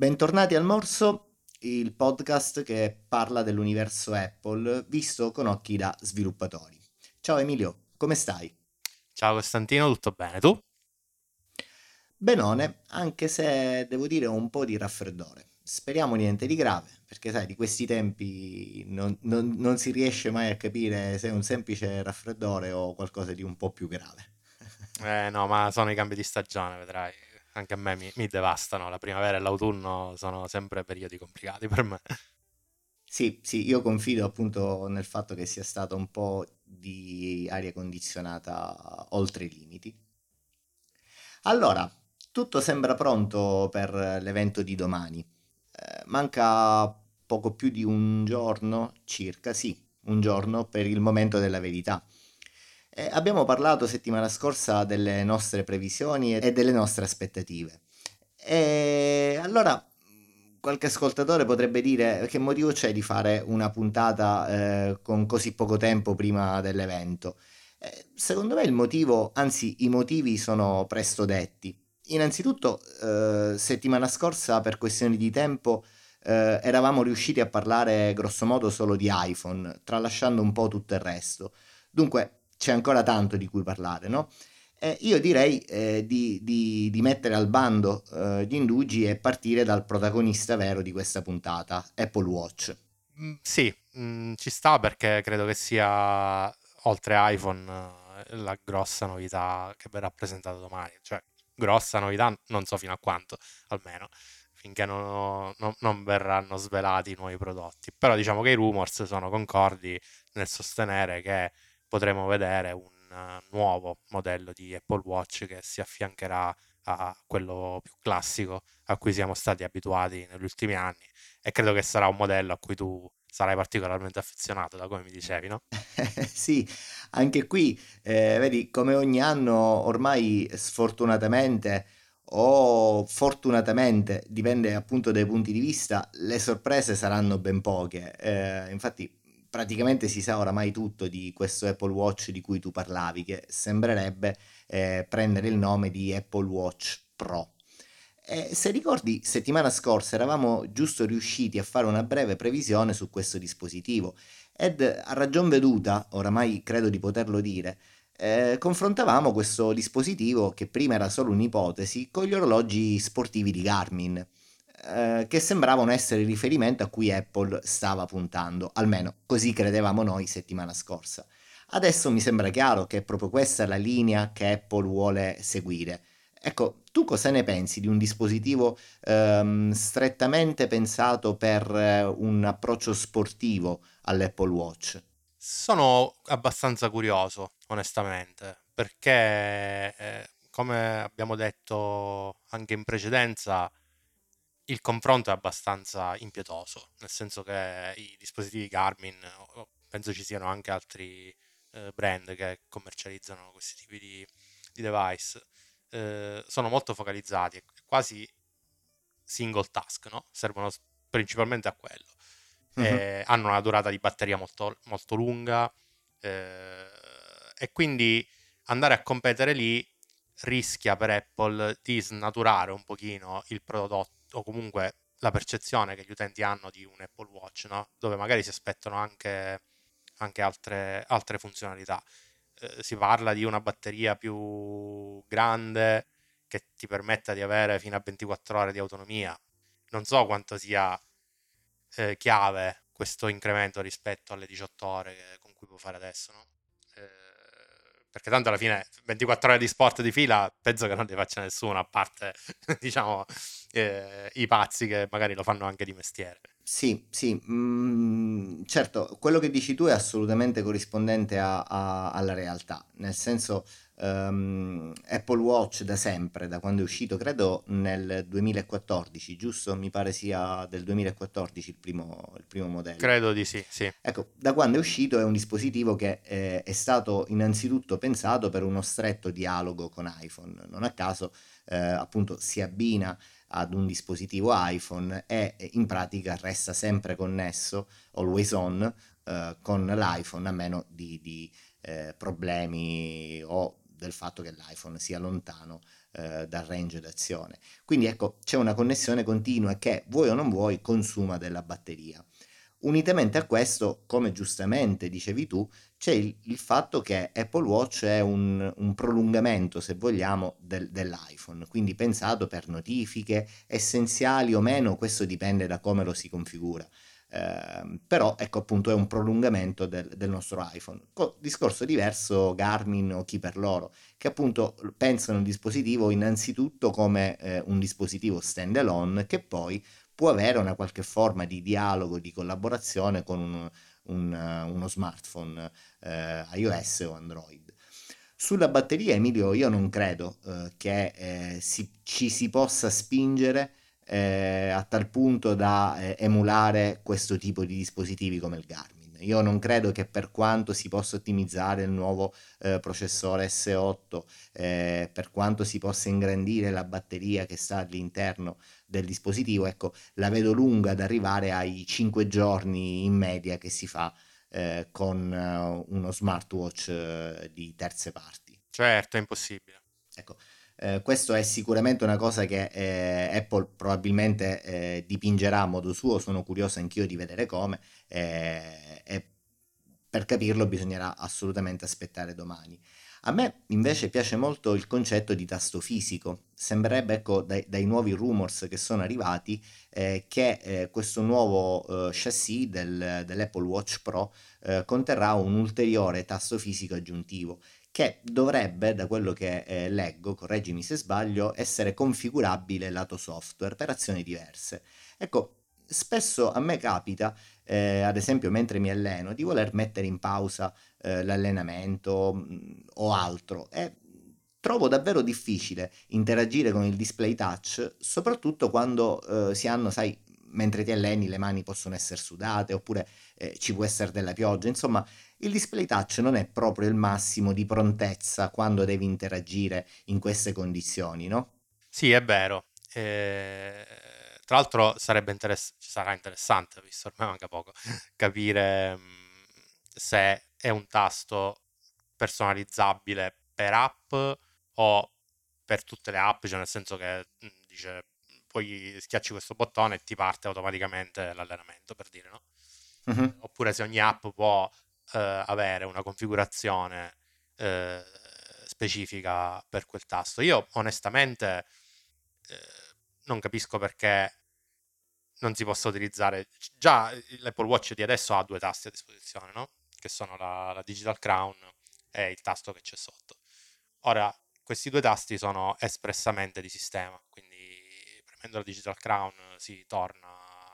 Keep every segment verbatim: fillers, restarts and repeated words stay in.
Bentornati al Morso, il podcast che parla dell'universo Apple visto con occhi da sviluppatori. Ciao Emilio, come stai? Ciao Costantino, tutto bene? Tu? Benone, anche se devo dire ho un po' di raffreddore. Speriamo niente di grave, perché sai, di questi tempi non, non- non si riesce mai a capire se è un semplice raffreddore o qualcosa di un po' più grave. Eh no, ma sono i cambi di stagione, vedrai. Anche a me mi, mi devastano. La primavera e l'autunno sono sempre periodi complicati per me. Sì, sì, io confido appunto nel fatto che sia stata un po' di aria condizionata oltre i limiti. Allora, tutto sembra pronto per l'evento di domani. Eh, manca poco più di un giorno, circa, sì, un giorno per il momento della verità. Eh, abbiamo parlato settimana scorsa delle nostre previsioni e delle nostre aspettative. E allora mh, qualche ascoltatore potrebbe dire che motivo c'è di fare una puntata eh, con così poco tempo prima dell'evento? Eh, secondo me il motivo, anzi i motivi sono presto detti. Innanzitutto, eh, settimana scorsa per questioni di tempo eh, eravamo riusciti a parlare grossomodo solo di iPhone, tralasciando un po' tutto il resto. Dunque c'è ancora tanto di cui parlare, no? Eh, io direi eh, di, di- di mettere al bando eh, gli indugi e partire dal protagonista vero di questa puntata, Apple Watch. Mm, sì, mm, ci sta perché credo che sia, oltre iPhone, eh, la grossa novità che verrà presentata domani. Cioè, grossa novità, non so fino a quanto, almeno, finché non, non- non verranno svelati i nuovi prodotti. Però diciamo che i rumors sono concordi nel sostenere che potremo vedere un eh, nuovo modello di Apple Watch che si affiancherà a quello più classico a cui siamo stati abituati negli ultimi anni e credo che sarà un modello a cui tu sarai particolarmente affezionato, da come mi dicevi, no? Sì, anche qui, eh, vedi, come ogni anno ormai sfortunatamente o fortunatamente, dipende appunto dai punti di vista, le sorprese saranno ben poche. Eh, infatti, praticamente si sa oramai tutto di questo Apple Watch di cui tu parlavi, che sembrerebbe eh, prendere il nome di Apple Watch Pro. E se ricordi, settimana scorsa eravamo giusto riusciti a fare una breve previsione su questo dispositivo ed a ragion veduta, oramai credo di poterlo dire, eh, confrontavamo questo dispositivo che prima era solo un'ipotesi con gli orologi sportivi di Garmin, eh, che sembravano essere il riferimento a cui Apple stava puntando, almeno così credevamo noi settimana scorsa. Adesso mi sembra chiaro che è proprio questa la linea che Apple vuole seguire. Ecco, tu cosa ne pensi di un dispositivo ehm, strettamente pensato per eh, un approccio sportivo all'Apple Watch? Sono abbastanza curioso, onestamente, perché, eh, come abbiamo detto anche in precedenza, il confronto è abbastanza impietoso, nel senso che i dispositivi Garmin, o- penso ci siano anche altri eh, brand che commercializzano questi tipi di, di device, eh, sono molto focalizzati, quasi single task, no? Servono s- principalmente a quello. Mhm. Eh, hanno una durata di batteria molto, molto lunga eh, e quindi andare a competere lì rischia per Apple di snaturare un pochino il prodotto o comunque la percezione che gli utenti hanno di un Apple Watch, no? Dove magari si aspettano anche, anche altre, altre funzionalità. Eh, si parla di una batteria più grande che ti permetta di avere fino a ventiquattro ore di autonomia. Non so quanto sia eh, chiave questo incremento rispetto alle diciotto ore che- con cui può fare adesso, no? Eh, perché tanto alla fine ventiquattro ore di sport di fila penso che non ne faccia nessuno, a parte diciamo eh, i pazzi che magari lo fanno anche di mestiere. Sì, sì, mm, certo, quello che dici tu è assolutamente corrispondente a- a- alla realtà, nel senso ehm, Apple Watch da sempre, da quando è uscito, credo nel duemilaquattordici, giusto? Mi pare sia del duemilaquattordici il primo, il primo modello. Credo di sì, sì. Ecco, da quando è uscito è un dispositivo che eh, è stato innanzitutto pensato per uno stretto dialogo con iPhone, non a caso eh, appunto si abbina ad un dispositivo iPhone e eh, in pratica resta sempre connesso, always on, eh, con l'iPhone a meno di, di, eh, problemi o del fatto che l'iPhone sia lontano eh, dal range d'azione. Quindi ecco, c'è una connessione continua che, vuoi o non vuoi, consuma della batteria. Unitamente a questo, come giustamente dicevi tu, c'è il, il fatto che Apple Watch è un, un prolungamento, se vogliamo, del- dell'iPhone, quindi pensato per notifiche essenziali o meno, questo dipende da come lo si configura. Ehm, però ecco appunto è un prolungamento del, del nostro iPhone. Co- discorso diverso Garmin o chi per loro, che appunto pensano il dispositivo innanzitutto come eh, un dispositivo standalone che poi può avere una qualche forma di dialogo, di collaborazione con un- un, eh, uno smartphone eh, iOS o Android. Sulla batteria, Emilio, io non credo eh, che eh, si- ci si possa spingere eh, a tal punto da eh, emulare questo tipo di dispositivi come il Garmin. Io non credo che per quanto si possa ottimizzare il nuovo eh, processore S otto, eh, per quanto si possa ingrandire la batteria che sta all'interno del dispositivo, ecco, la vedo lunga ad arrivare ai cinque giorni in media che si fa eh, con eh, uno smartwatch eh, di terze parti. Certo, è impossibile. Ecco, eh, questo è sicuramente una cosa che eh, Apple probabilmente eh, dipingerà a modo suo, sono curioso anch'io di vedere come, eh, e per capirlo bisognerà assolutamente aspettare domani. A me invece piace molto il concetto di tasto fisico. Sembrerebbe, ecco, dai, dai nuovi rumors che sono arrivati, eh, che eh, questo nuovo eh, chassis del- dell'Apple Watch Pro eh, conterrà un ulteriore tasto fisico aggiuntivo che dovrebbe, da quello che eh, leggo, correggimi se sbaglio, essere configurabile lato software per azioni diverse. Ecco, spesso a me capita, eh, ad esempio mentre mi alleno, di voler mettere in pausa eh, l'allenamento mh, o altro e trovo davvero difficile interagire con il display touch, soprattutto quando eh, si hanno, sai, mentre ti alleni le mani possono essere sudate oppure eh, ci può essere della pioggia, insomma il display touch non è proprio il massimo di prontezza quando devi interagire in queste condizioni, no? Sì, è vero. Eh, tra l'altro sarebbe interess- sarà interessante, visto ormai manca poco, capire mh, se è un tasto personalizzabile per app o per tutte le app, cioè nel senso che mh, dice poi schiacci questo bottone e ti parte automaticamente l'allenamento, per dire, no? Mhm. Eh, oppure se ogni app può eh, avere una configurazione eh, specifica per quel tasto. Io onestamente eh, non capisco perché non si possa utilizzare. Già l'Apple Watch di adesso ha due tasti a disposizione, no? Che sono la, la Digital Crown e il tasto che c'è sotto. Ora, questi due tasti sono espressamente di sistema, quindi premendo la Digital Crown si torna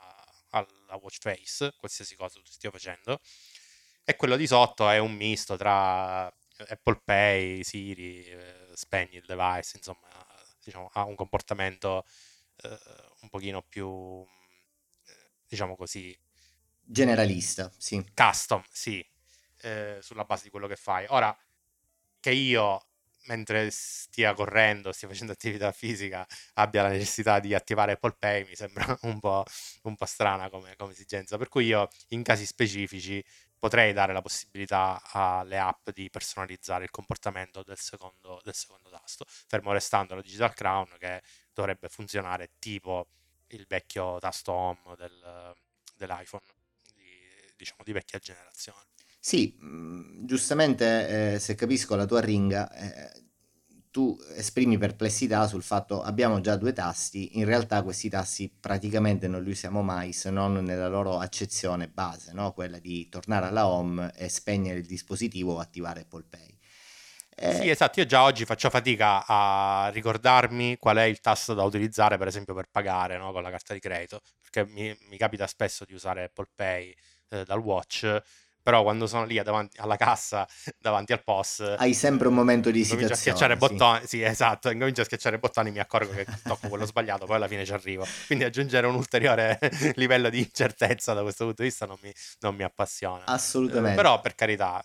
alla watch face, qualsiasi cosa tu stia facendo, e quello di sotto è un misto tra Apple Pay, Siri, eh, spegni il device, insomma, diciamo, ha un comportamento eh, un pochino più, eh, diciamo così, Generalista, sì. custom, sì, eh, sulla base di quello che fai. Ora, che io, mentre stia correndo, stia facendo attività fisica, abbia la necessità di attivare Apple Pay, mi sembra un po', un po' strana come, come esigenza. Per cui io, in casi specifici, potrei dare la possibilità alle app di personalizzare il comportamento del secondo, del secondo tasto, fermo restando la Digital Crown che dovrebbe funzionare tipo il vecchio tasto home del, dell'iPhone, di, diciamo di vecchia generazione. Sì, mh, giustamente, eh, se capisco la tua ringa, eh, tu esprimi perplessità sul fatto abbiamo già due tasti, in realtà questi tasti praticamente non li usiamo mai se non nella loro accezione base, no? Quella di tornare alla home e spegnere il dispositivo o attivare Apple Pay. Sì, Eh, esatto, io già oggi faccio fatica a ricordarmi qual è il tasto da utilizzare, per esempio, per pagare, no, con la carta di credito, perché mi, mi capita spesso di usare Apple Pay eh, dal watch, però quando sono lì davanti alla cassa, davanti al P O S, hai sempre un momento eh, di incomincio a schiacciare esitazione, sì. bottoni, sì, esatto, incomincio a schiacciare bottoni, mi accorgo che tocco quello sbagliato, poi alla fine ci arrivo. Quindi aggiungere un ulteriore livello di incertezza da questo punto di vista non mi, non mi appassiona. Eh, Assolutamente. però, per carità,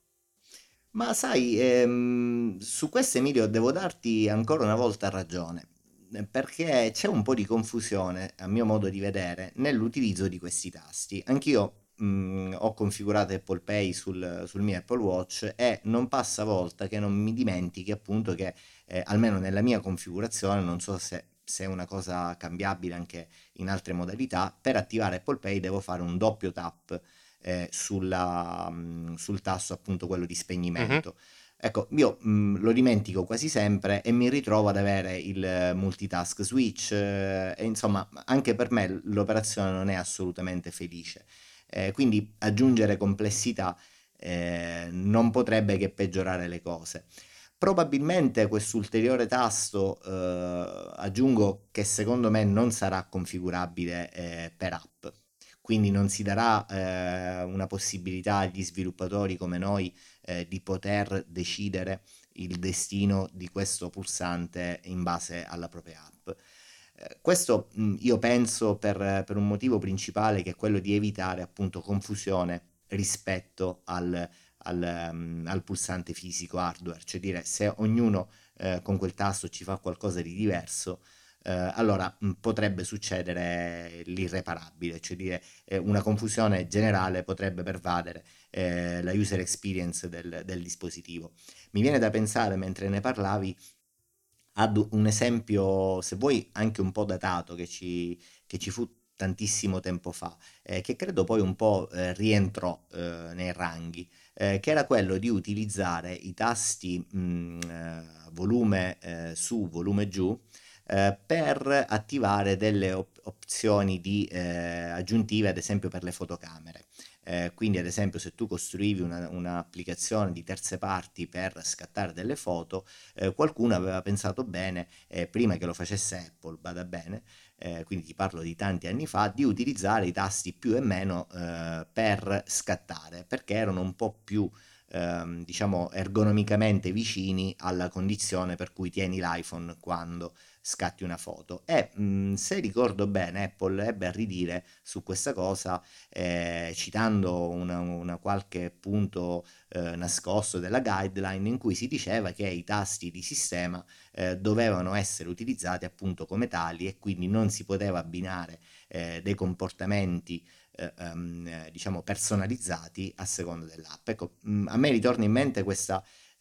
Ma sai, ehm, su questo Emilio devo darti ancora una volta ragione, eh, perché c'è un po' di confusione, a mio modo di vedere, nell'utilizzo di questi tasti. Anch'io mh, ho configurato Apple Pay sul, sul mio Apple Watch e non passa volta che non mi dimentichi appunto che eh, almeno nella mia configurazione, non so se, se è una cosa cambiabile anche in altre modalità, per attivare Apple Pay devo fare un doppio tap eh, sulla, mh, sul tasto appunto quello di Mhm. spegnimento. Ecco, io mh, lo dimentico quasi sempre e mi ritrovo ad avere il eh, multitask switch eh, e insomma anche per me l'operazione non è assolutamente felice. Eh, quindi aggiungere complessità eh, non potrebbe che peggiorare le cose. Probabilmente quest'ulteriore tasto eh, aggiungo che secondo me non sarà configurabile eh, per app, quindi non si darà eh, una possibilità agli sviluppatori come noi eh, di poter decidere il destino di questo pulsante in base alla propria app. Eh, questo mh, io penso per, per un motivo principale che è quello di evitare appunto confusione rispetto al, al, um, al pulsante fisico hardware, cioè dire se ognuno eh, con quel tasto ci fa qualcosa di diverso, eh, allora mh, potrebbe succedere l'irreparabile, cioè dire eh, una confusione generale potrebbe pervadere eh, la user experience del, del dispositivo. Mi viene da pensare mentre ne parlavi ad un esempio, se vuoi, anche un po' datato, che ci, che ci fu tantissimo tempo fa, eh, che credo poi un po' eh, rientrò eh, nei ranghi, eh, che era quello di utilizzare i tasti mh, eh, volume eh, su, volume giù, eh, per attivare delle op- opzioni di, eh, aggiuntive, ad esempio per le fotocamere. Eh, quindi ad esempio se tu costruivi una- un'applicazione di terze parti per scattare delle foto, eh, qualcuno aveva pensato bene, eh, prima che lo facesse Apple, bada bene, eh, quindi ti parlo di tanti anni fa, di utilizzare i tasti più e meno eh, per scattare, perché erano un po' più ehm, diciamo ergonomicamente vicini alla condizione per cui tieni l'iPhone quando scatti una foto. E mh, se ricordo bene, Apple ebbe a ridire su questa cosa, eh, citando una, una qualche punto eh, nascosto della guideline in cui si diceva che i tasti di sistema eh, dovevano essere utilizzati appunto come tali e quindi non si poteva abbinare eh, dei comportamenti eh, um, eh, diciamo personalizzati a seconda dell'app. Ecco, mh, a me ritorna in mente questa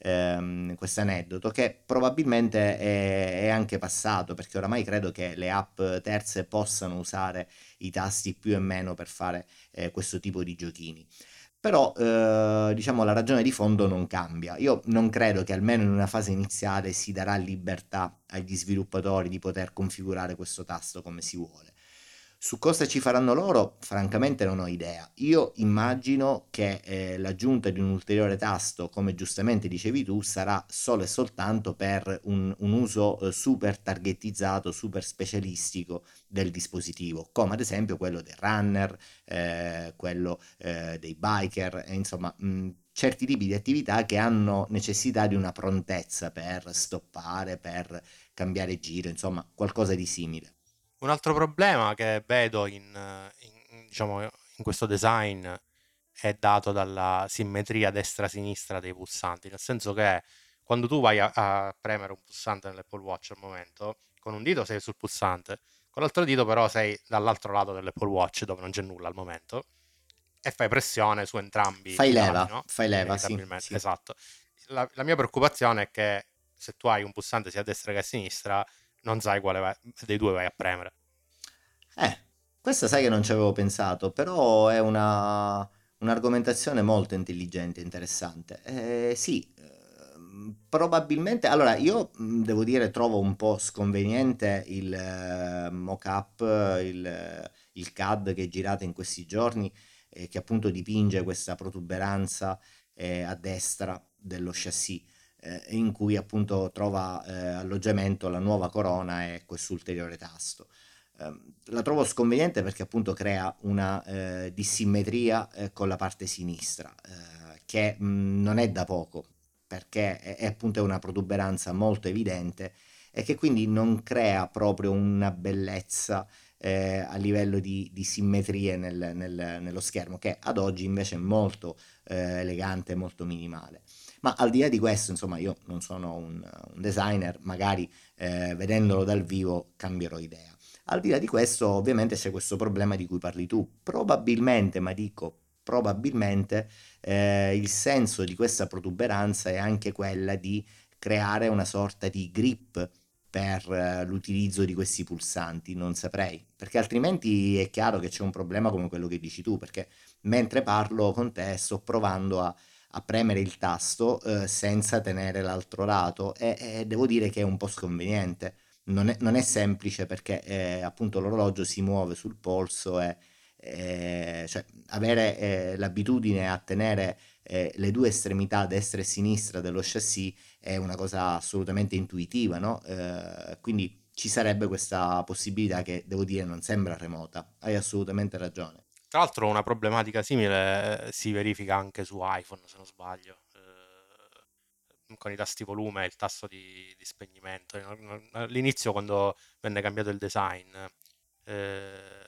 ehm, questo aneddoto che probabilmente è, è anche passato perché oramai credo che le app terze possano usare i tasti più e meno per fare eh, questo tipo di giochini. Però eh, diciamo la ragione di fondo non cambia. Io non credo che almeno in una fase iniziale si darà libertà agli sviluppatori di poter configurare questo tasto come si vuole. Su cosa ci faranno loro, francamente non ho idea. Io immagino che eh, l'aggiunta di un ulteriore tasto, come giustamente dicevi tu, sarà solo e soltanto per un, un uso eh, super targetizzato, super specialistico del dispositivo, come ad esempio quello del runner, eh, quello eh, dei biker, e insomma mh, certi tipi di attività che hanno necessità di una prontezza per stoppare, per cambiare giro, insomma qualcosa di simile. Un altro problema che vedo in, in- diciamo, in questo design è dato dalla simmetria destra-sinistra dei pulsanti, nel senso che quando tu vai a, a premere un pulsante nell'Apple Watch al momento, con un dito sei sul pulsante, con l'altro dito però sei dall'altro lato dell'Apple Watch dove non c'è nulla al momento e fai pressione su entrambi Fai i lati, leva, no? fai leva, sì, Inevitabilmente, sì. esatto. La, la mia preoccupazione è che se tu hai un pulsante sia a destra che a sinistra, non sai quale vai- dei due vai a premere. Eh, questa sai che non ci avevo pensato, però è una, un'argomentazione molto intelligente e interessante. Eh, sì, ehm, probabilmente, allora io mh, devo dire trovo un po' sconveniente il eh, mock-up, il, il C A D che è girato in questi giorni e che appunto dipinge questa protuberanza eh, a destra dello chassis. eh, in cui appunto trova eh, alloggiamento la nuova corona e quest'ulteriore tasto. Ehm, la trovo sconveniente perché appunto crea una eh, dissimmetria eh, con la parte sinistra, eh, che mh, non è da poco, perché è, è appunto una protuberanza molto evidente e che quindi non crea proprio una bellezza eh, a livello di, di simmetrie nel- nel- nello schermo, che ad oggi invece è molto eh, elegante e molto minimale. Ma al di là di questo, insomma, io non sono un, un designer, magari eh, vedendolo dal vivo cambierò idea. Al di là di questo, ovviamente c'è questo problema di cui parli tu. Probabilmente, ma dico probabilmente eh, il senso di questa protuberanza è anche quella di creare una sorta di grip per eh, l'utilizzo di questi pulsanti, non saprei, perché altrimenti è chiaro che c'è un problema come quello che dici tu, perché mentre parlo con te sto provando a, a premere il tasto eh, senza tenere l'altro lato e, e devo dire che è un po' sconveniente. Non è, non è semplice perché eh, appunto l'orologio si muove sul polso e eh, cioè, avere eh, l'abitudine a tenere eh, le due estremità destra e sinistra dello chassis è una cosa assolutamente intuitiva, no? Eh, quindi ci sarebbe questa possibilità che devo dire non sembra remota. Hai assolutamente ragione. Tra l'altro una problematica simile eh, si verifica anche su iPhone, se non sbaglio, eh, con i tasti volume e il tasto di, di spegnimento. All'inizio, quando venne cambiato il design, eh,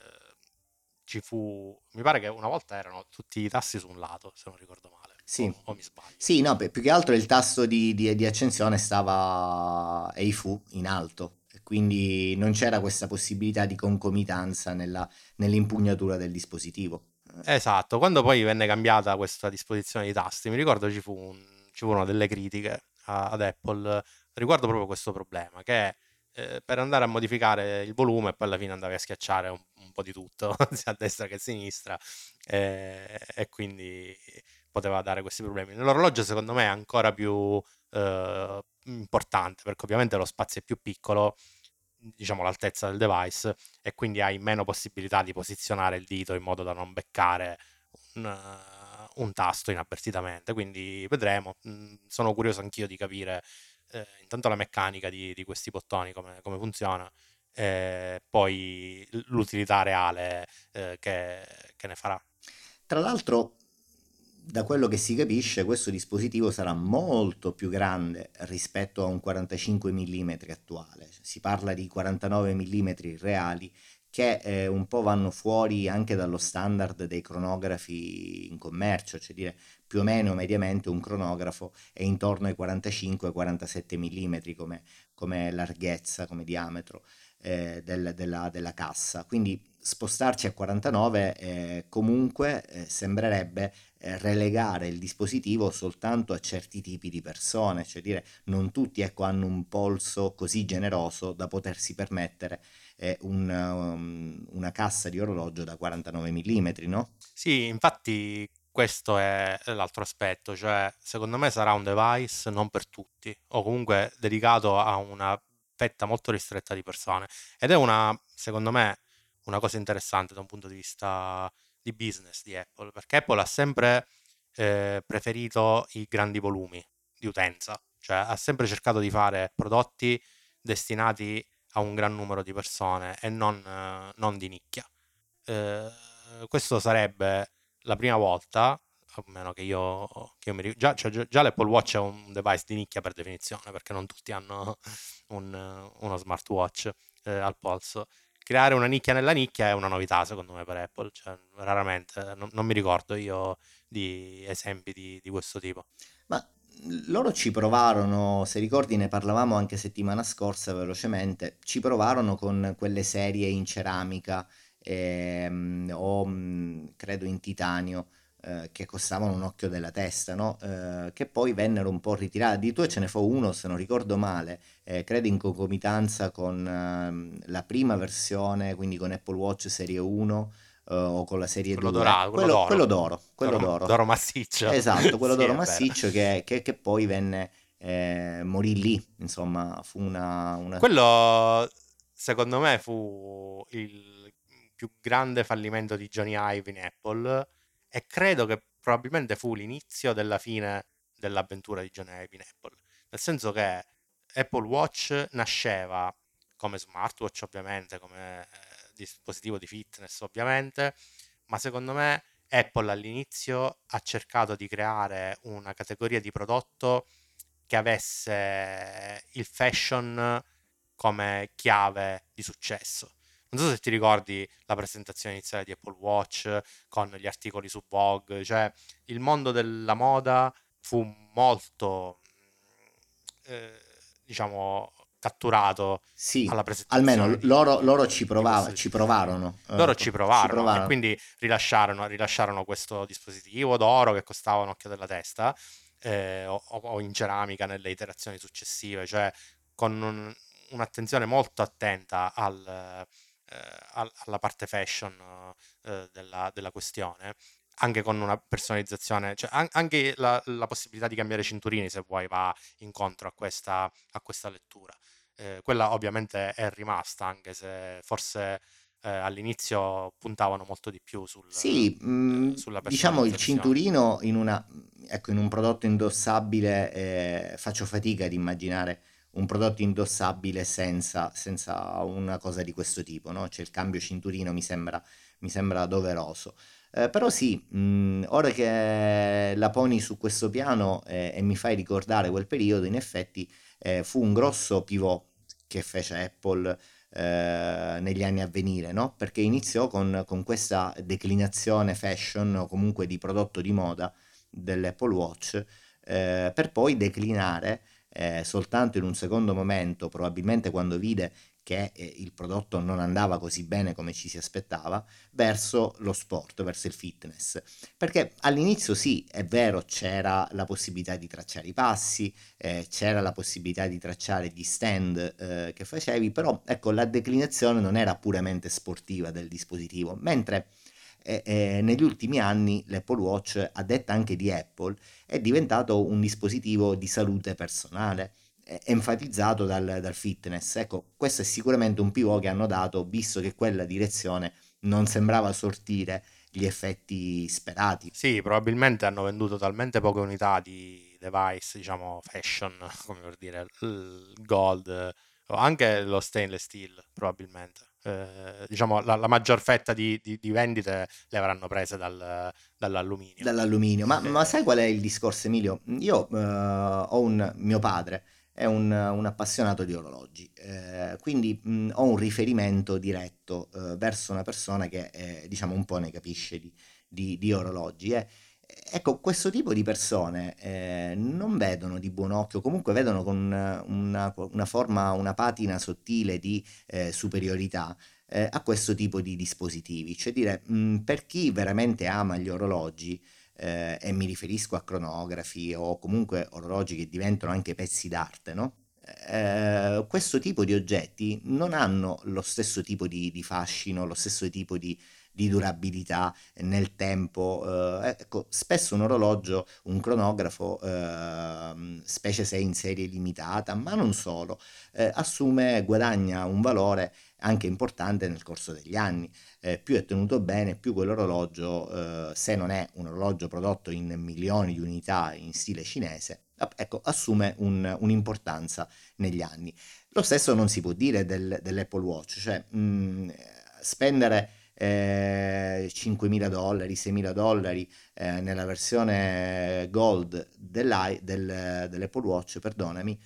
ci fu, mi pare che una volta erano tutti i tasti su un lato, se non ricordo male, Sì, o, o mi sbaglio. sì, no, pi- più che altro il tasto di, di- di accensione stava Eifu in alto e quindi non c'era questa possibilità di concomitanza nella- nell'impugnatura del dispositivo. Esatto, quando poi venne cambiata questa disposizione di tasti, mi ricordo ci, fu un- ci furono delle critiche a- ad Apple riguardo proprio questo problema, che eh, per andare a modificare il volume poi alla fine andavi a schiacciare un, un po' di tutto, sia a destra che a sinistra, eh, e quindi poteva dare questi problemi. Nell'orologio secondo me è ancora più eh, importante, perché ovviamente lo spazio è più piccolo, diciamo l'altezza del device, e quindi hai meno possibilità di posizionare il dito in modo da non beccare un, eh, un tasto inavvertitamente. Quindi vedremo. Mm, sono curioso anch'io di capire eh, intanto la meccanica di, di questi bottoni, come, come funziona, e poi l'utilità reale eh, che, che ne farà. Tra l'altro, da quello che si capisce, questo dispositivo sarà molto più grande rispetto a un quarantacinque millimetri attuale. Cioè, si parla di quarantanove millimetri reali che eh, un po' vanno fuori anche dallo standard dei cronografi in commercio, cioè dire più o meno mediamente un cronografo è intorno ai quarantacinque quarantasette millimetri come, come larghezza, come diametro eh, del- della, della cassa. Quindi spostarci a quarantanove eh, comunque eh, sembrerebbe eh, relegare il dispositivo soltanto a certi tipi di persone, cioè dire non tutti ecco, hanno un polso così generoso da potersi permettere eh, un, um, una cassa di orologio da quarantanove millimetri, no? Sì, infatti questo è l'altro aspetto, cioè secondo me sarà un device non per tutti, o comunque dedicato a una fetta molto ristretta di persone. Ed è una, secondo me, una cosa interessante da un punto di vista di business di Apple, perché Apple ha sempre eh, preferito i grandi volumi di utenza, cioè ha sempre cercato di fare prodotti destinati a un gran numero di persone e non, eh, non di nicchia. Eh, Questo sarebbe la prima volta, a meno che io, che io mi ricordo, già, cioè, già- già l'Apple Watch è un device di nicchia per definizione, perché non tutti hanno un- uno smartwatch eh, al polso. Creare una nicchia nella nicchia è una novità, secondo me, per Apple, cioè, raramente, non, non mi ricordo io di esempi di, di questo tipo. Ma loro ci provarono, se ricordi ne parlavamo anche settimana scorsa velocemente, ci provarono con quelle serie in ceramica ehm, o mh, credo in titanio eh, che costavano un occhio della testa, no? Eh, che poi vennero un po' ritirati. Di due ce ne fu uno, se non ricordo male, eh, credo in concomitanza con ehm, la prima versione, quindi con Apple Watch Serie uno eh, o con la Serie Quello due, dorato, quello quello, d'oro, quello d'oro, quello d'oro, d'oro. d'oro massiccio, Esatto, quello sì d'oro è vero. massiccio che, che- che poi venne, eh, morì lì, insomma, fu una, una- Quello secondo me fu il più grande fallimento di Johnny Ive in Apple, e credo che probabilmente fu l'inizio della fine dell'avventura di Johnny Ive in Apple, nel senso che Apple Watch nasceva come smartwatch, ovviamente, come eh, dispositivo di fitness, ovviamente, ma secondo me Apple all'inizio ha cercato di creare una categoria di prodotto che avesse il fashion come chiave di successo. Non so se ti ricordi la presentazione iniziale di Apple Watch con gli articoli su Vogue, cioè il mondo della moda fu molto, eh, diciamo, catturato Sì, alla almeno presentazione l- di, loro, di- loro ci di prova- questo ci dispositivo. provarono, Loro eh, ci ci provarono e provarono. quindi rilasciarono, rilasciarono questo dispositivo d'oro che costava un occhio della testa, eh, o, o in ceramica nelle iterazioni successive, cioè con un- un'attenzione molto attenta al, eh, al- alla parte fashion eh, della, della questione, anche con una personalizzazione, cioè an- anche la, la possibilità di cambiare cinturini se vuoi va incontro a questa, a questa lettura. Eh, quella ovviamente è rimasta, anche se forse eh, all'inizio puntavano molto di più sul, Sì, mh, eh, sulla diciamo il personalizzazione. cinturino in una, ecco, in un prodotto indossabile, eh, faccio fatica ad immaginare un prodotto indossabile senza, senza una cosa di questo tipo, no? Cioè il cambio cinturino mi sembra, mi sembra doveroso. Eh, però sì, mh, ora che la poni su questo piano, eh, e mi fai ricordare quel periodo, in effetti eh, fu un grosso pivot che fece Apple eh, negli anni a venire, no? Perché iniziò con, con questa declinazione fashion o comunque di prodotto di moda dell'Apple Watch, eh, per poi declinare eh, soltanto in un secondo momento, probabilmente quando vide che eh, il prodotto non andava così bene come ci si aspettava, verso lo sport, verso il fitness. Perché all'inizio sì, è vero, c'era la possibilità di tracciare i passi, eh, c'era la possibilità di tracciare gli stand eh, che facevi, però ecco la declinazione non era puramente sportiva del dispositivo, mentre eh, eh, negli ultimi anni l'Apple Watch, a detta anche di Apple, è diventato un dispositivo di salute personale, eh, enfatizzato dal, dal fitness. Ecco, questo è sicuramente un pivot che hanno dato, visto che quella direzione non sembrava sortire gli effetti sperati. Sì, probabilmente hanno venduto talmente poche unità di device, diciamo, fashion, come per dire, il gold, eh, o anche lo stainless steel, probabilmente. Eh, diciamo, la, la maggior fetta di, di- di vendite le avranno prese dal- dall'alluminio. Dall'alluminio. Ma, ma sai Eh, qual è il discorso, Emilio? Io eh, ho un mio padre è un, un appassionato di orologi, eh, quindi mh, ho un riferimento diretto eh, verso una persona che eh, diciamo un po' ne capisce di, di- di orologi. eh. Ecco, questo tipo di persone eh, non vedono di buon occhio, comunque vedono con una, una- una forma, una patina sottile di eh, superiorità eh, a questo tipo di dispositivi. Cioè dire, mh, per chi veramente ama gli orologi, eh, e mi riferisco a cronografi o comunque orologi che diventano anche pezzi d'arte, no? Eh, questo tipo di oggetti non hanno lo stesso tipo di, di fascino, lo stesso tipo di, di durabilità nel tempo. Eh, ecco, spesso un orologio, un cronografo, ehm, specie se è in serie limitata, ma non solo, eh, assume, guadagna un valore anche importante nel corso degli anni. Eh, più è tenuto bene, più quell'orologio, eh, se non è un orologio prodotto in milioni di unità in stile cinese, ap- ecco, assume un- un'importanza negli anni. Lo stesso non si può dire del- dell'Apple Watch, cioè mh, spendere eh, cinquemila dollari, seimila dollari eh, nella versione Gold dell'i- del- dell'Apple Watch, perdonami,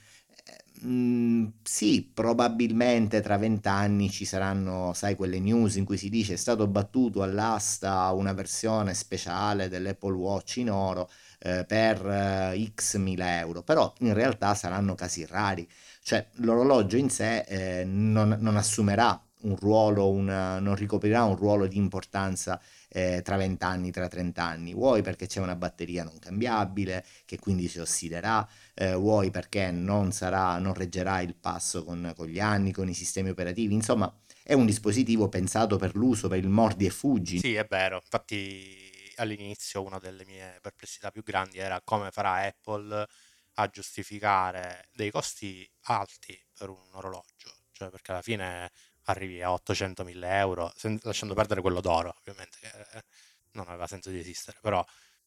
Mm, sì, probabilmente tra vent'anni ci saranno, sai, quelle news in cui si dice è stato battuto all'asta una versione speciale dell'Apple Watch in oro eh, per eh, X mila euro, però in realtà saranno casi rari, cioè l'orologio in sé eh, non, non assumerà un ruolo, una- non ricoprirà un ruolo di importanza eh, tra venti anni, tra trenta anni, vuoi perché c'è una batteria non cambiabile che quindi si ossiderà, eh, vuoi perché non sarà, non reggerà il passo con, con gli anni, con i sistemi operativi, insomma è un dispositivo pensato per l'uso, per il mordi e fuggi. sì, è vero. Infatti all'inizio una delle mie perplessità più grandi era come farà Apple a giustificare dei costi alti per un orologio, cioè perché alla fine arrivi a ottocentomila euro, sen- lasciando perdere quello d'oro, ovviamente, che eh, non aveva senso di esistere, però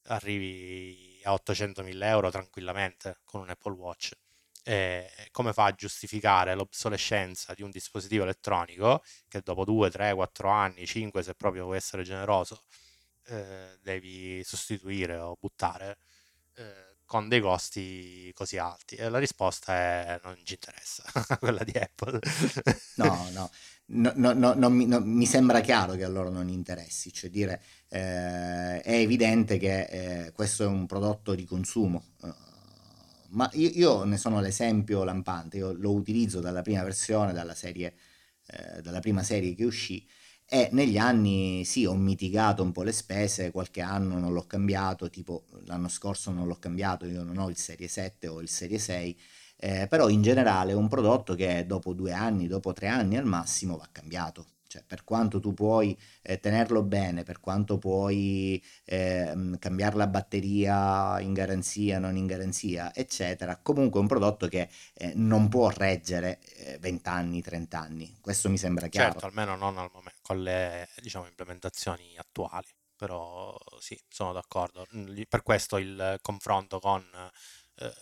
arrivi a ottocentomila euro tranquillamente con un Apple Watch. E come fa a giustificare l'obsolescenza di un dispositivo elettronico che dopo due, tre, quattro anni, cinque, se proprio vuoi essere generoso, eh, devi sostituire o buttare eh, con dei costi così alti? E la risposta è non ci interessa, quella di Apple. No, no, no, no, no, non mi, non- mi sembra chiaro che a loro non interessi, cioè dire eh, è evidente che eh, questo è un prodotto di consumo, eh, ma io, io ne sono l'esempio lampante, io lo utilizzo dalla prima versione, dalla serie, eh, dalla prima serie che uscì, e negli anni sì, ho mitigato un po' le spese, qualche anno non l'ho cambiato, tipo l'anno scorso non l'ho cambiato, io non ho il Serie sette o il Serie sei, eh, però in generale è un prodotto che dopo due anni, dopo tre anni al massimo va cambiato. Cioè, per quanto tu puoi eh, tenerlo bene, per quanto puoi ehm, cambiare la batteria in garanzia, non in garanzia, eccetera, comunque è un prodotto che eh, non può reggere eh, venti anni, trenta anni. Questo mi sembra chiaro. Certo, almeno non al momento, con le diciamo, implementazioni attuali, però sì, sono d'accordo. Mm, Per questo il confronto con eh,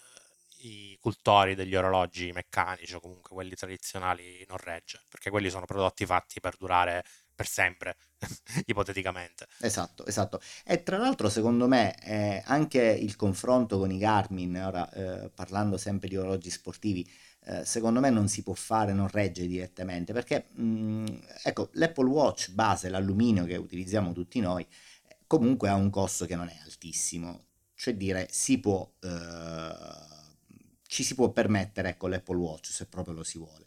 i cultori degli orologi meccanici o comunque quelli tradizionali non regge, perché quelli sono prodotti fatti per durare per sempre, ipoteticamente. Esatto, esatto. E tra l'altro, secondo me, eh, anche il confronto con i Garmin, ora eh, parlando sempre di orologi sportivi, eh, secondo me non si può fare, non regge direttamente, perché mh, ecco, l'Apple Watch base, l'alluminio che utilizziamo tutti noi, eh, comunque ha un costo che non è altissimo, cioè dire si può, eh, ci si può permettere, ecco, l'Apple Watch se proprio lo si vuole.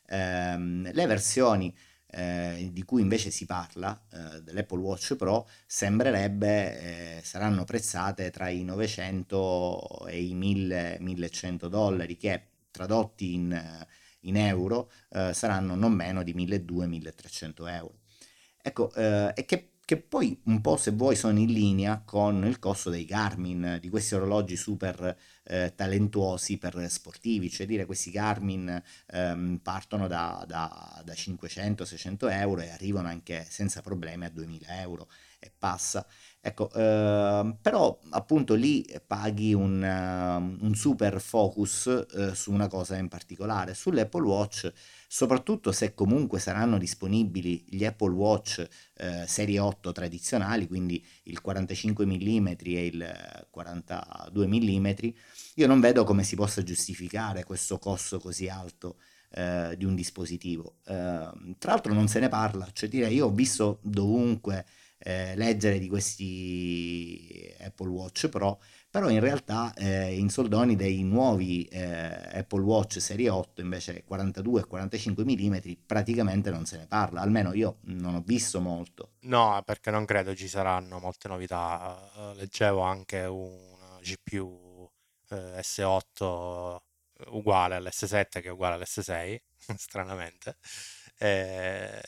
Ehm, le versioni eh, di cui invece si parla, eh, dell'Apple Watch Pro, sembrerebbe eh, saranno prezzate tra i novecento e i mille millecento dollari, che tradotti in, eh, in euro eh, saranno non meno di milleduecento-milletrecento euro. Ecco, eh, e che, che poi un po' se vuoi sono in linea con il costo dei Garmin, di questi orologi super eh, talentuosi per sportivi, cioè dire questi Garmin ehm, partono da, da, da cinquecento-seicento euro e arrivano anche senza problemi a duemila euro e passa. Ecco, ehm, però appunto lì paghi un, ehm, un super focus eh, su una cosa in particolare. Sull'Apple Watch, soprattutto se comunque saranno disponibili gli Apple Watch eh, serie otto tradizionali, quindi il quarantacinque millimetri e il quarantadue millimetri, io non vedo come si possa giustificare questo costo così alto eh, di un dispositivo. Eh, tra l'altro non se ne parla, cioè dire io ho visto dovunque eh, leggere di questi Apple Watch Pro, però in realtà eh, in soldoni dei nuovi eh, Apple Watch serie otto invece quarantadue e quarantacinque millimetri praticamente non se ne parla, almeno io non ho visto molto. No, perché non credo ci saranno molte novità. Eh, Leggevo anche un G P U eh, S otto uguale all'S sette che è uguale all'S sei, stranamente. Eh,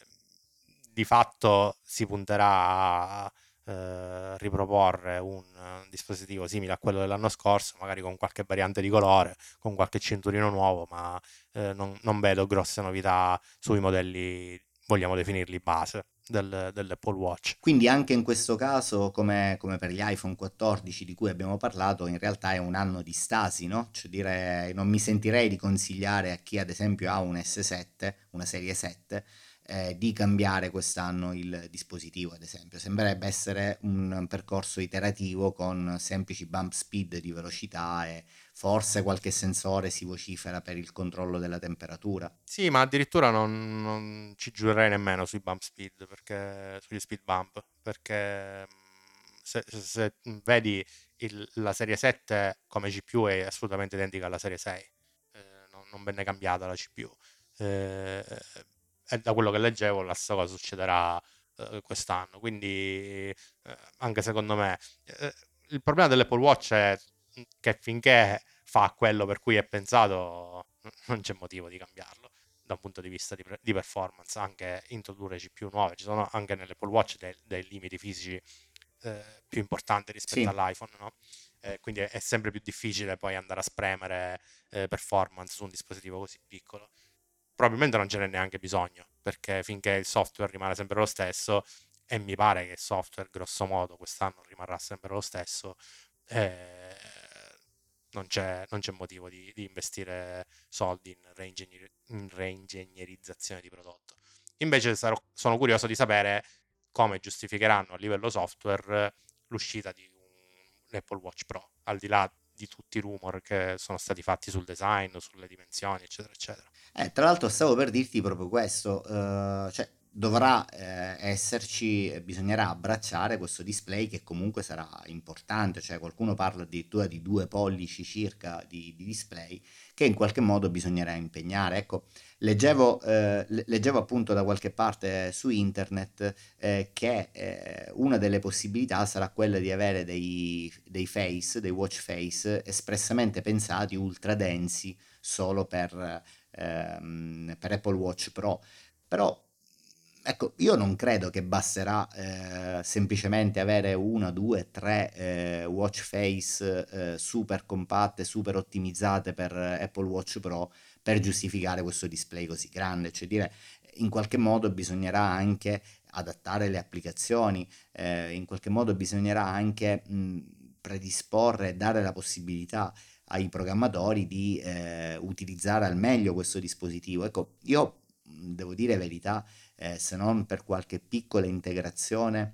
di fatto si punterà a eh, riproporre un eh, dispositivo simile a quello dell'anno scorso, magari con qualche variante di colore, con qualche cinturino nuovo, ma eh, non, non vedo grosse novità sui modelli, vogliamo definirli base, del- dell'Apple Watch. Quindi anche in questo caso, come, come per gli iPhone quattordici di cui abbiamo parlato, in realtà è un anno di stasi, no? Cioè dire, non mi sentirei di consigliare a chi ad esempio ha un S sette, una serie sette, eh, di cambiare quest'anno il dispositivo, ad esempio. Sembrerebbe essere un percorso iterativo con semplici bump speed di velocità e forse qualche sensore si vocifera per il controllo della temperatura. Sì, ma addirittura non, non ci giurerei nemmeno sui bump speed, perché, sugli speed bump, perché mh, se, se- se vedi il- la serie sette come G P U è assolutamente identica alla serie sei, eh, non, non venne cambiata la C P U. Eh, e da quello che leggevo la stessa cosa succederà eh, quest'anno, quindi eh, anche secondo me eh, il problema dell'Apple Watch è che finché fa quello per cui è pensato non c'è motivo di cambiarlo da un punto di vista di, di performance, anche introdurre G P U nuove. Ci sono anche nell'Apple Watch dei, dei limiti fisici eh, più importanti rispetto Sì. all'iPhone, no? Eh, quindi è, è sempre più difficile poi andare a spremere eh, performance su un dispositivo così piccolo. Probabilmente non ce n'è neanche bisogno, perché finché il software rimane sempre lo stesso, e mi pare che il software grosso modo quest'anno rimarrà sempre lo stesso, eh, non c'è, non c'è motivo di, di investire soldi in, reingegner- in reingegnerizzazione di prodotto. Invece sarò- sono curioso di sapere come giustificheranno a livello software l'uscita di un Apple Watch Pro, al di là di tutti i rumor che sono stati fatti sul design, sulle dimensioni, eccetera, eccetera. Eh, tra l'altro stavo per dirti proprio questo, eh, cioè dovrà eh, esserci, eh, bisognerà abbracciare questo display che comunque sarà importante, cioè qualcuno parla addirittura di due pollici circa di, di display che in qualche modo bisognerà impegnare. Ecco, leggevo, eh, le- leggevo appunto da qualche parte su internet eh, che eh, una delle possibilità sarà quella di avere dei, dei face, dei watch face espressamente pensati ultra densi solo per, ehm, per Apple Watch Pro. Però, ecco, io non credo che basterà eh, semplicemente avere una, due, tre eh, watch face eh, super compatte, super ottimizzate per Apple Watch Pro per giustificare questo display così grande. Cioè dire, in qualche modo bisognerà anche adattare le applicazioni, eh, in qualche modo bisognerà anche mh, predisporre e dare la possibilità ai programmatori di eh, utilizzare al meglio questo dispositivo. Ecco, io mh, devo dire verità, eh, se non per qualche piccola integrazione,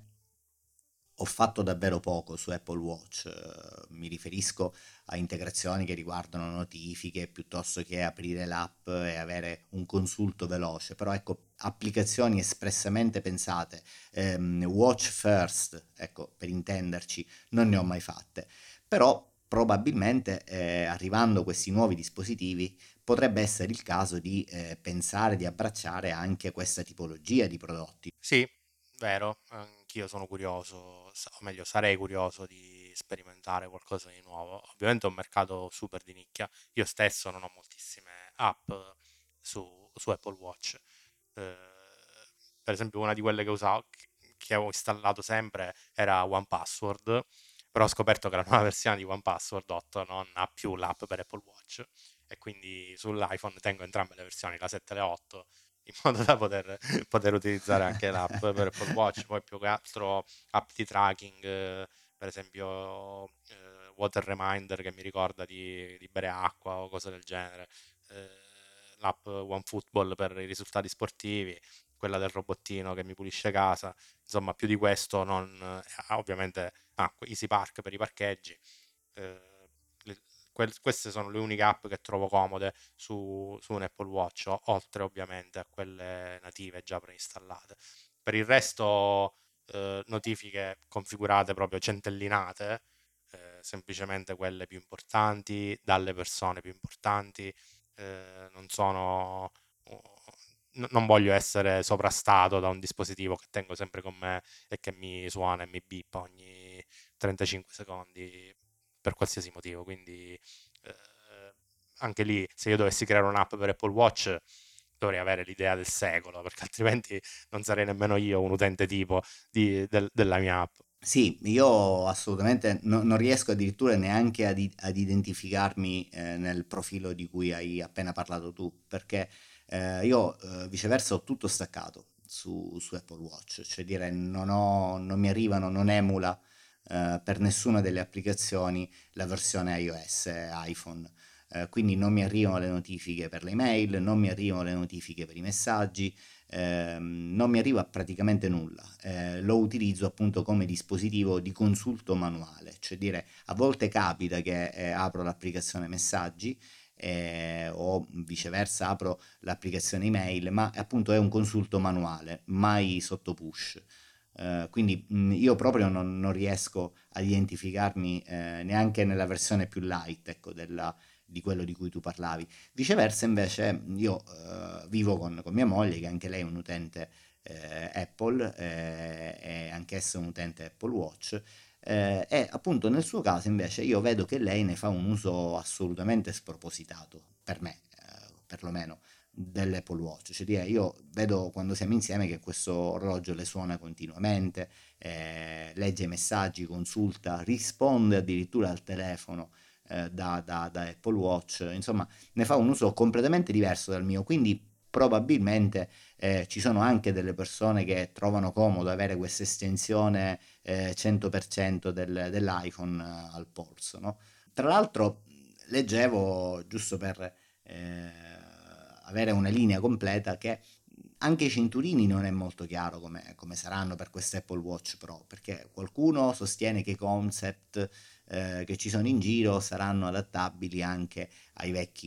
ho fatto davvero poco su Apple Watch. Eh, mi riferisco a integrazioni che riguardano notifiche piuttosto che aprire l'app e avere un consulto veloce. Però ecco, applicazioni espressamente pensate, ehm, watch first, ecco, per intenderci, non ne ho mai fatte. Però probabilmente eh, arrivando questi nuovi dispositivi potrebbe essere il caso di eh, pensare di abbracciare anche questa tipologia di prodotti. Sì, vero, anch'io sono curioso, sa- o meglio, sarei curioso di sperimentare qualcosa di nuovo. Ovviamente è un mercato super di nicchia. Io stesso non ho moltissime app su, su Apple Watch. Eh, per esempio, una di quelle che usavo, che avevo installato sempre era OnePassword, però ho scoperto che la nuova versione di OnePassword otto non ha più l'app per Apple Watch e quindi sull'iPhone tengo entrambe le versioni, la sette e la otto, in modo da poter, poter utilizzare anche l'app per Apple Watch. Poi più che altro app di tracking, eh, per esempio eh, Water Reminder che mi ricorda di, di bere acqua o cose del genere, eh, l'app OneFootball per i risultati sportivi, quella del robottino che mi pulisce casa. Insomma, più di questo non... eh, ovviamente, ah, Easy Park per i parcheggi. eh, le- que- Queste sono le uniche app che trovo comode su, su un Apple Watch, o- oltre ovviamente a quelle native già preinstallate. Per il resto, eh, notifiche configurate proprio centellinate, eh, semplicemente quelle più importanti, dalle persone più importanti, eh, non sono... n- non voglio essere sovrastato da un dispositivo che tengo sempre con me e che mi suona e mi bippa ogni trentacinque secondi per qualsiasi motivo. Quindi eh, anche lì, se io dovessi creare un'app per Apple Watch, dovrei avere l'idea del secolo, perché altrimenti non sarei nemmeno io un utente tipo di- del- della mia app. Sì, io assolutamente no- non riesco addirittura neanche ad, i- ad identificarmi eh, nel profilo di cui hai appena parlato tu, perché eh, io eh, viceversa ho tutto staccato su, su Apple Watch, cioè dire non ho, non mi arrivano, non emula eh, per nessuna delle applicazioni la versione iOS e iPhone. Eh, quindi non mi arrivano le notifiche per le email, non mi arrivano le notifiche per i messaggi, ehm, non mi arriva praticamente nulla. Eh, lo utilizzo appunto come dispositivo di consulto manuale, cioè dire a volte capita che eh, apro l'applicazione messaggi eh, o viceversa apro l'applicazione email, ma appunto è un consulto manuale, mai sotto push. Eh, quindi mh, io proprio non, non riesco a identificarmi eh, neanche nella versione più light, ecco, della, di quello di cui tu parlavi. Viceversa, invece, io eh, vivo con, con mia moglie, che anche lei è un utente eh, Apple, eh, è anch'essa un utente Apple Watch. Eh, e appunto nel suo caso invece io vedo che lei ne fa un uso assolutamente spropositato, per me eh, perlomeno, dell'Apple Watch. Cioè, dire, io vedo quando siamo insieme che questo orologio le suona continuamente, eh, legge i messaggi, consulta, risponde addirittura al telefono eh, da, da, da Apple Watch, insomma ne fa un uso completamente diverso dal mio, quindi probabilmente eh, ci sono anche delle persone che trovano comodo avere questa estensione eh, cento per cento del, dell'iPhone eh, al polso, no? Tra l'altro leggevo, giusto per eh, avere una linea completa, che anche i cinturini non è molto chiaro come, come saranno per questo Apple Watch Pro, perché qualcuno sostiene che i concept eh, che ci sono in giro saranno adattabili anche ai vecchi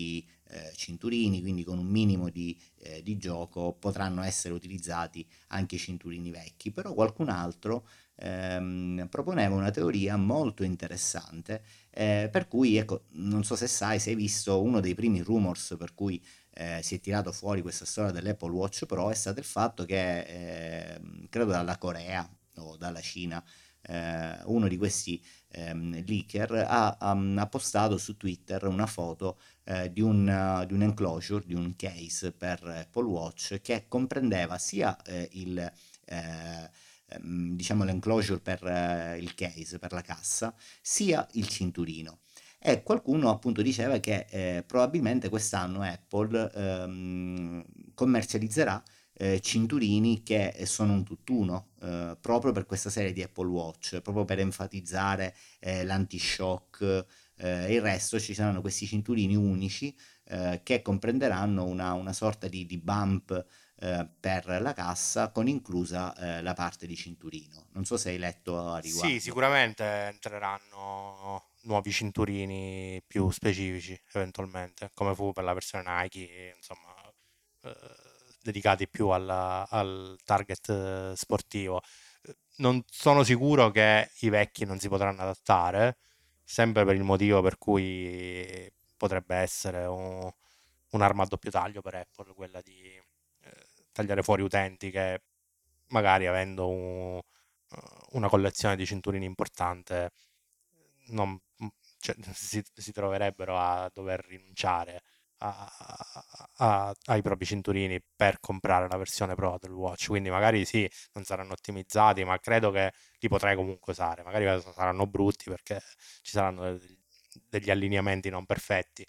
eh, cinturini, quindi con un minimo di, eh, di gioco potranno essere utilizzati anche i cinturini vecchi. Però qualcun altro ehm, proponeva una teoria molto interessante, eh, per cui, ecco, non so se sai, se hai visto uno dei primi rumors per cui eh, si è tirato fuori questa storia dell'Apple Watch Pro è stato il fatto che, eh, credo dalla Corea o dalla Cina, eh, uno di questi ehm, leaker ha, ha- ha postato su Twitter una foto eh, di un, uh, di un enclosure, di un case per Apple Watch che comprendeva sia eh, il, eh, ehm, diciamo l'enclosure per eh, il case, per la cassa, sia il cinturino. E qualcuno appunto diceva che eh, probabilmente quest'anno Apple ehm, commercializzerà eh, cinturini che sono un tutt'uno, eh, proprio per questa serie di Apple Watch, proprio per enfatizzare eh, l'anti-shock. Eh, il resto ci saranno questi cinturini unici eh, che comprenderanno una, una sorta di, di bump eh, per la cassa con inclusa eh, la parte di cinturino. Non so se hai letto a Sì, riguardo. sicuramente entreranno nuovi cinturini più specifici, eventualmente, come fu per la versione Nike, insomma, eh, dedicati più alla- al target eh, sportivo. Eh, Non sono sicuro che i vecchi non si potranno adattare, sempre per il motivo per cui potrebbe essere un- un'arma a doppio taglio per Apple, quella di eh, tagliare fuori utenti che magari avendo un- una collezione di cinturini importante non- cioè, si, si troverebbero a dover rinunciare a- a- ai propri cinturini per comprare la versione Pro del Watch. Quindi magari sì, non saranno ottimizzati, ma credo che li potrai comunque usare. Magari saranno brutti perché ci saranno degli degli allineamenti non perfetti,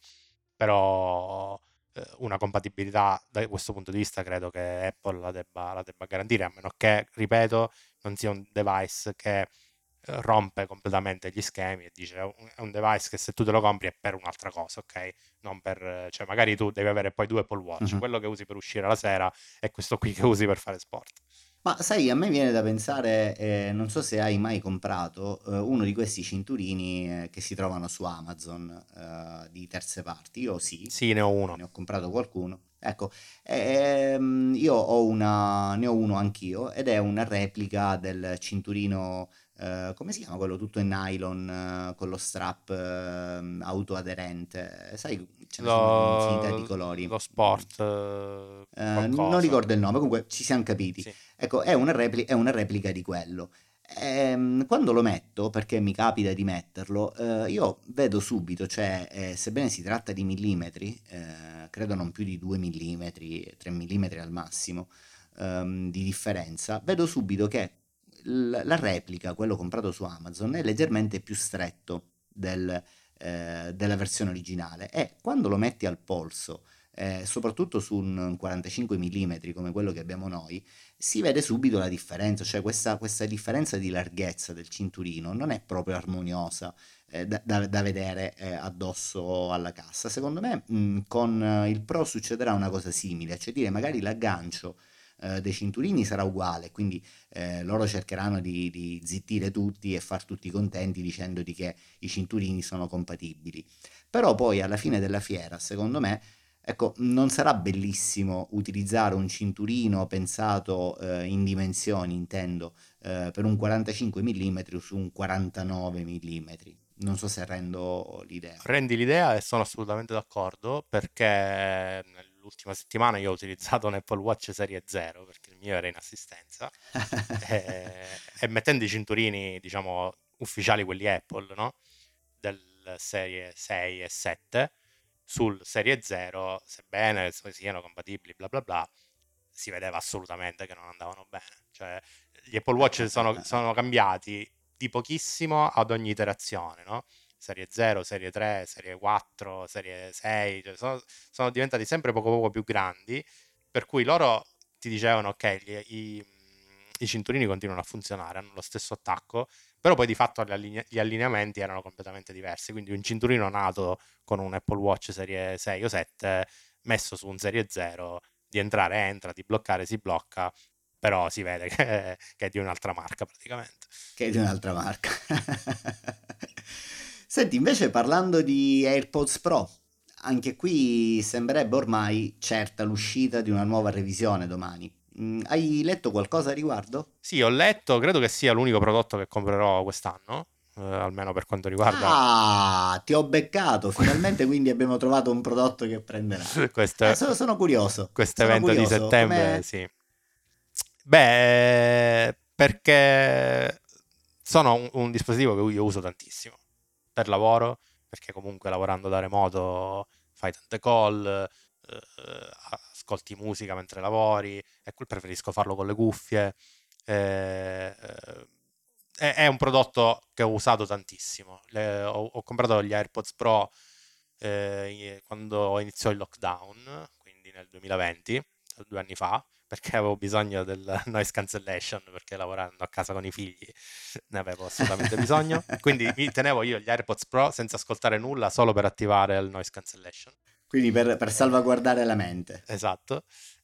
però eh, una compatibilità da questo punto di vista credo che Apple la debba, la debba garantire, a meno che, ripeto, non sia un device che eh, rompe completamente gli schemi e dice è un, è un device che se tu te lo compri è per un'altra cosa, ok? Non per, eh, cioè magari tu devi avere poi due Apple Watch, Mhm. quello che usi per uscire la sera e questo qui che usi per fare sport. Ma sai, a me viene da pensare, eh, non so se hai mai comprato eh, uno di questi cinturini eh, che si trovano su Amazon eh, di terze parti. Io sì, Sì, ne ho eh, uno. ne ho comprato qualcuno. Ecco, ehm, io ho una, ne ho uno anch'io ed è una replica del cinturino, eh, come si chiama quello tutto in nylon eh, con lo strap eh, autoaderente. Sai, ce ne sono di un'infinità di Lo, colori. lo Mm. sport, eh, Eh, non qualcosa. ricordo il nome, comunque ci siamo capiti. Sì. Ecco, è una, repli- è una replica di quello. Ehm, quando lo metto, perché mi capita di metterlo, eh, io vedo subito, cioè, eh, sebbene si tratta di millimetri, eh, credo non più di due millimetri, tre millimetri al massimo, ehm, di differenza, vedo subito che l- la replica, quello comprato su Amazon, è leggermente più stretto del, eh, della versione originale e quando lo metti al polso, eh, soprattutto su un quarantacinque millimetri come quello che abbiamo noi, si vede subito la differenza, cioè questa, questa differenza di larghezza del cinturino non è proprio armoniosa eh, da, da- da vedere eh, addosso alla cassa. Secondo me mh, con eh, il Pro succederà una cosa simile, cioè dire magari l'aggancio eh, dei cinturini sarà uguale, quindi eh, loro cercheranno di, di zittire tutti e far tutti contenti dicendoti che i cinturini sono compatibili. Però poi alla fine della fiera, secondo me, ecco, non sarà bellissimo utilizzare un cinturino pensato eh, in dimensioni, intendo, eh, per un quarantacinque millimetri su un quarantanove millimetri. Non so se rendo l'idea. Rendi l'idea e sono assolutamente d'accordo perché nell'ultima settimana io ho utilizzato un Apple Watch Serie zero perché il mio era in assistenza e, e mettendo i cinturini, diciamo, ufficiali, quelli Apple, no? Del Serie sei e sette sul Serie zero, sebbene siano compatibili, bla bla bla, si vedeva assolutamente che non andavano bene. Cioè, gli Apple Watch sono, sono cambiati di pochissimo ad ogni iterazione, no? Serie zero, Serie tre, Serie quattro, Serie sei, cioè sono, sono diventati sempre poco poco più grandi, per cui loro ti dicevano ok, gli- i, i cinturini continuano a funzionare, hanno lo stesso attacco, però poi di fatto gli, alline- gli allineamenti erano completamente diversi, quindi un cinturino nato con un Apple Watch Serie sei o sette messo su un Serie zero, di entrare entra, di bloccare si blocca, però si vede che, che è di un'altra marca praticamente. Che è di un'altra marca. Senti, invece parlando di AirPods Pro, anche qui sembrerebbe ormai certa l'uscita di una nuova revisione domani. Mm, hai letto qualcosa a riguardo? Sì, ho letto, credo che sia l'unico prodotto che comprerò quest'anno, eh, almeno per quanto riguarda Ah, ti ho beccato, finalmente quindi abbiamo trovato un prodotto che prenderai. Eh, questo sono, sono curioso, questo sono evento di curioso. settembre, Come... sì. Beh, perché sono un, un dispositivo che io uso tantissimo per lavoro, perché comunque lavorando da remoto fai tante call, eh, ascolti musica mentre lavori, e qui preferisco farlo con le cuffie. eh, eh, è, è un prodotto che ho usato tantissimo. Le- ho, ho comprato gli AirPods Pro eh, quando iniziò il lockdown, quindi nel duemilaventi, due anni fa, perché avevo bisogno del noise cancellation, perché lavorando a casa con i figli ne avevo assolutamente bisogno. Quindi mi tenevo io gli AirPods Pro senza ascoltare nulla, solo per attivare il noise cancellation. Quindi per, per Eh, salvaguardare la mente. esatto.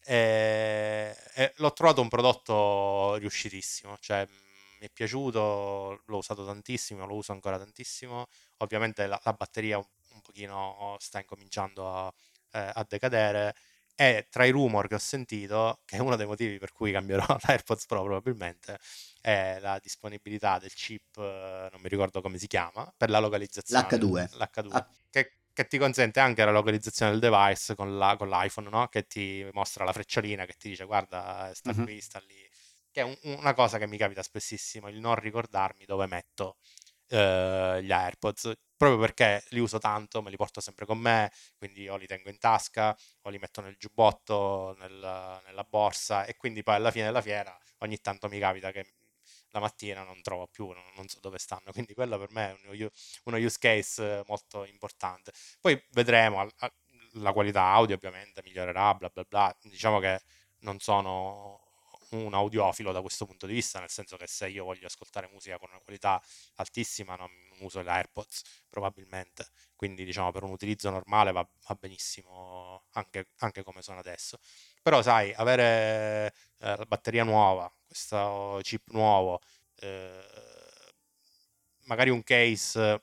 E, e l'ho trovato un prodotto riuscitissimo, cioè mh, mi è piaciuto, l'ho usato tantissimo, lo uso ancora tantissimo. Ovviamente la, la batteria un, un pochino sta incominciando a, eh, a decadere, e tra i rumor che ho sentito, che è uno dei motivi per cui cambierò l'AirPods Pro probabilmente, è la disponibilità del chip, eh, non mi ricordo come si chiama, per la localizzazione, L'H due. l'H due, che, che ti consente anche la localizzazione del device con, la, con l'iPhone, no? Che ti mostra la frecciolina che ti dice guarda, sta Mhm. qui, sta lì. Che è un- una cosa che mi capita spessissimo, il non ricordarmi dove metto eh, gli AirPods, proprio perché li uso tanto, me li porto sempre con me, quindi o li tengo in tasca o li metto nel giubbotto, nel- nella borsa, e quindi poi alla fine della fiera ogni tanto mi capita che la mattina non trovo più, non, non so dove stanno, quindi quello per me è uno, u- uno use case molto importante. Poi vedremo, al- al- la qualità audio ovviamente migliorerà, bla bla bla, diciamo che non sono un audiofilo da questo punto di vista, nel senso che se io voglio ascoltare musica con una qualità altissima non uso le AirPods probabilmente, quindi diciamo per un utilizzo normale va, va benissimo anche, anche come sono adesso. Però sai, avere eh, la batteria nuova, questo chip nuovo, eh, magari un case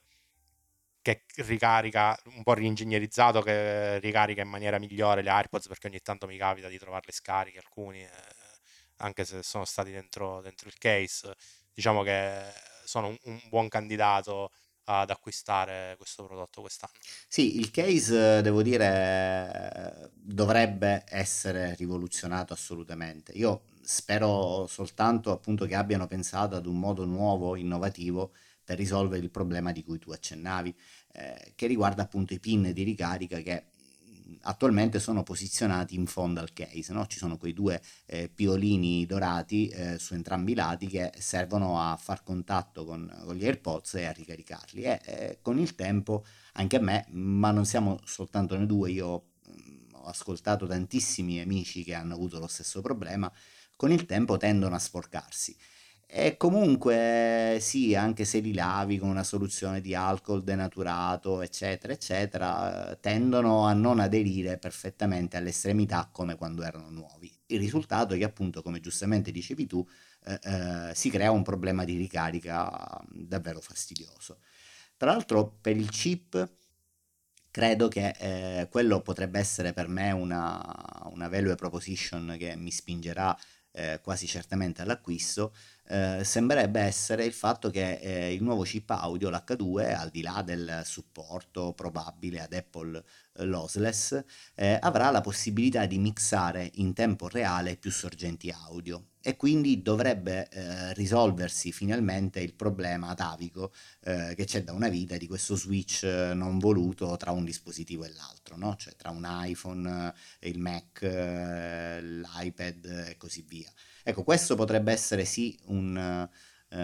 che ricarica, un po' ringegnerizzato, che ricarica in maniera migliore le AirPods, perché ogni tanto mi capita di trovarle scariche alcuni, eh, anche se sono stati dentro, dentro il case. Diciamo che sono un, un buon candidato ad acquistare questo prodotto quest'anno. Sì, il case, eh, devo dire, eh, dovrebbe essere rivoluzionato assolutamente. Io spero soltanto appunto che abbiano pensato ad un modo nuovo, innovativo per risolvere il problema di cui tu accennavi, eh, che riguarda appunto i pin di ricarica che mh, attualmente sono posizionati in fondo al case, no? Ci sono quei due eh, piolini dorati eh, su entrambi i lati che servono a far contatto con, con gli AirPods e a ricaricarli e eh, con il tempo anche a me, ma non siamo soltanto noi due, io mh, ho ascoltato tantissimi amici che hanno avuto lo stesso problema, con il tempo tendono a sporcarsi. E comunque sì, anche se li lavi con una soluzione di alcol denaturato, eccetera, eccetera, eh, tendono a non aderire perfettamente all'estremità come quando erano nuovi. Il risultato è che appunto, come giustamente dicevi tu, eh, eh, si crea un problema di ricarica davvero fastidioso. Tra l'altro per il chip credo che eh, quello potrebbe essere per me una, una value proposition che mi spingerà eh, quasi certamente all'acquisto. Eh, sembrerebbe essere il fatto che eh, il nuovo chip audio, l'H due, al di là del supporto probabile ad Apple eh, lossless, eh, avrà la possibilità di mixare in tempo reale più sorgenti audio e quindi dovrebbe eh, risolversi finalmente il problema atavico eh, che c'è da una vita di questo switch eh, non voluto tra un dispositivo e l'altro, no? Cioè tra un iPhone, eh, il Mac, eh, l'iPad e così via. Ecco, questo potrebbe essere sì un, eh,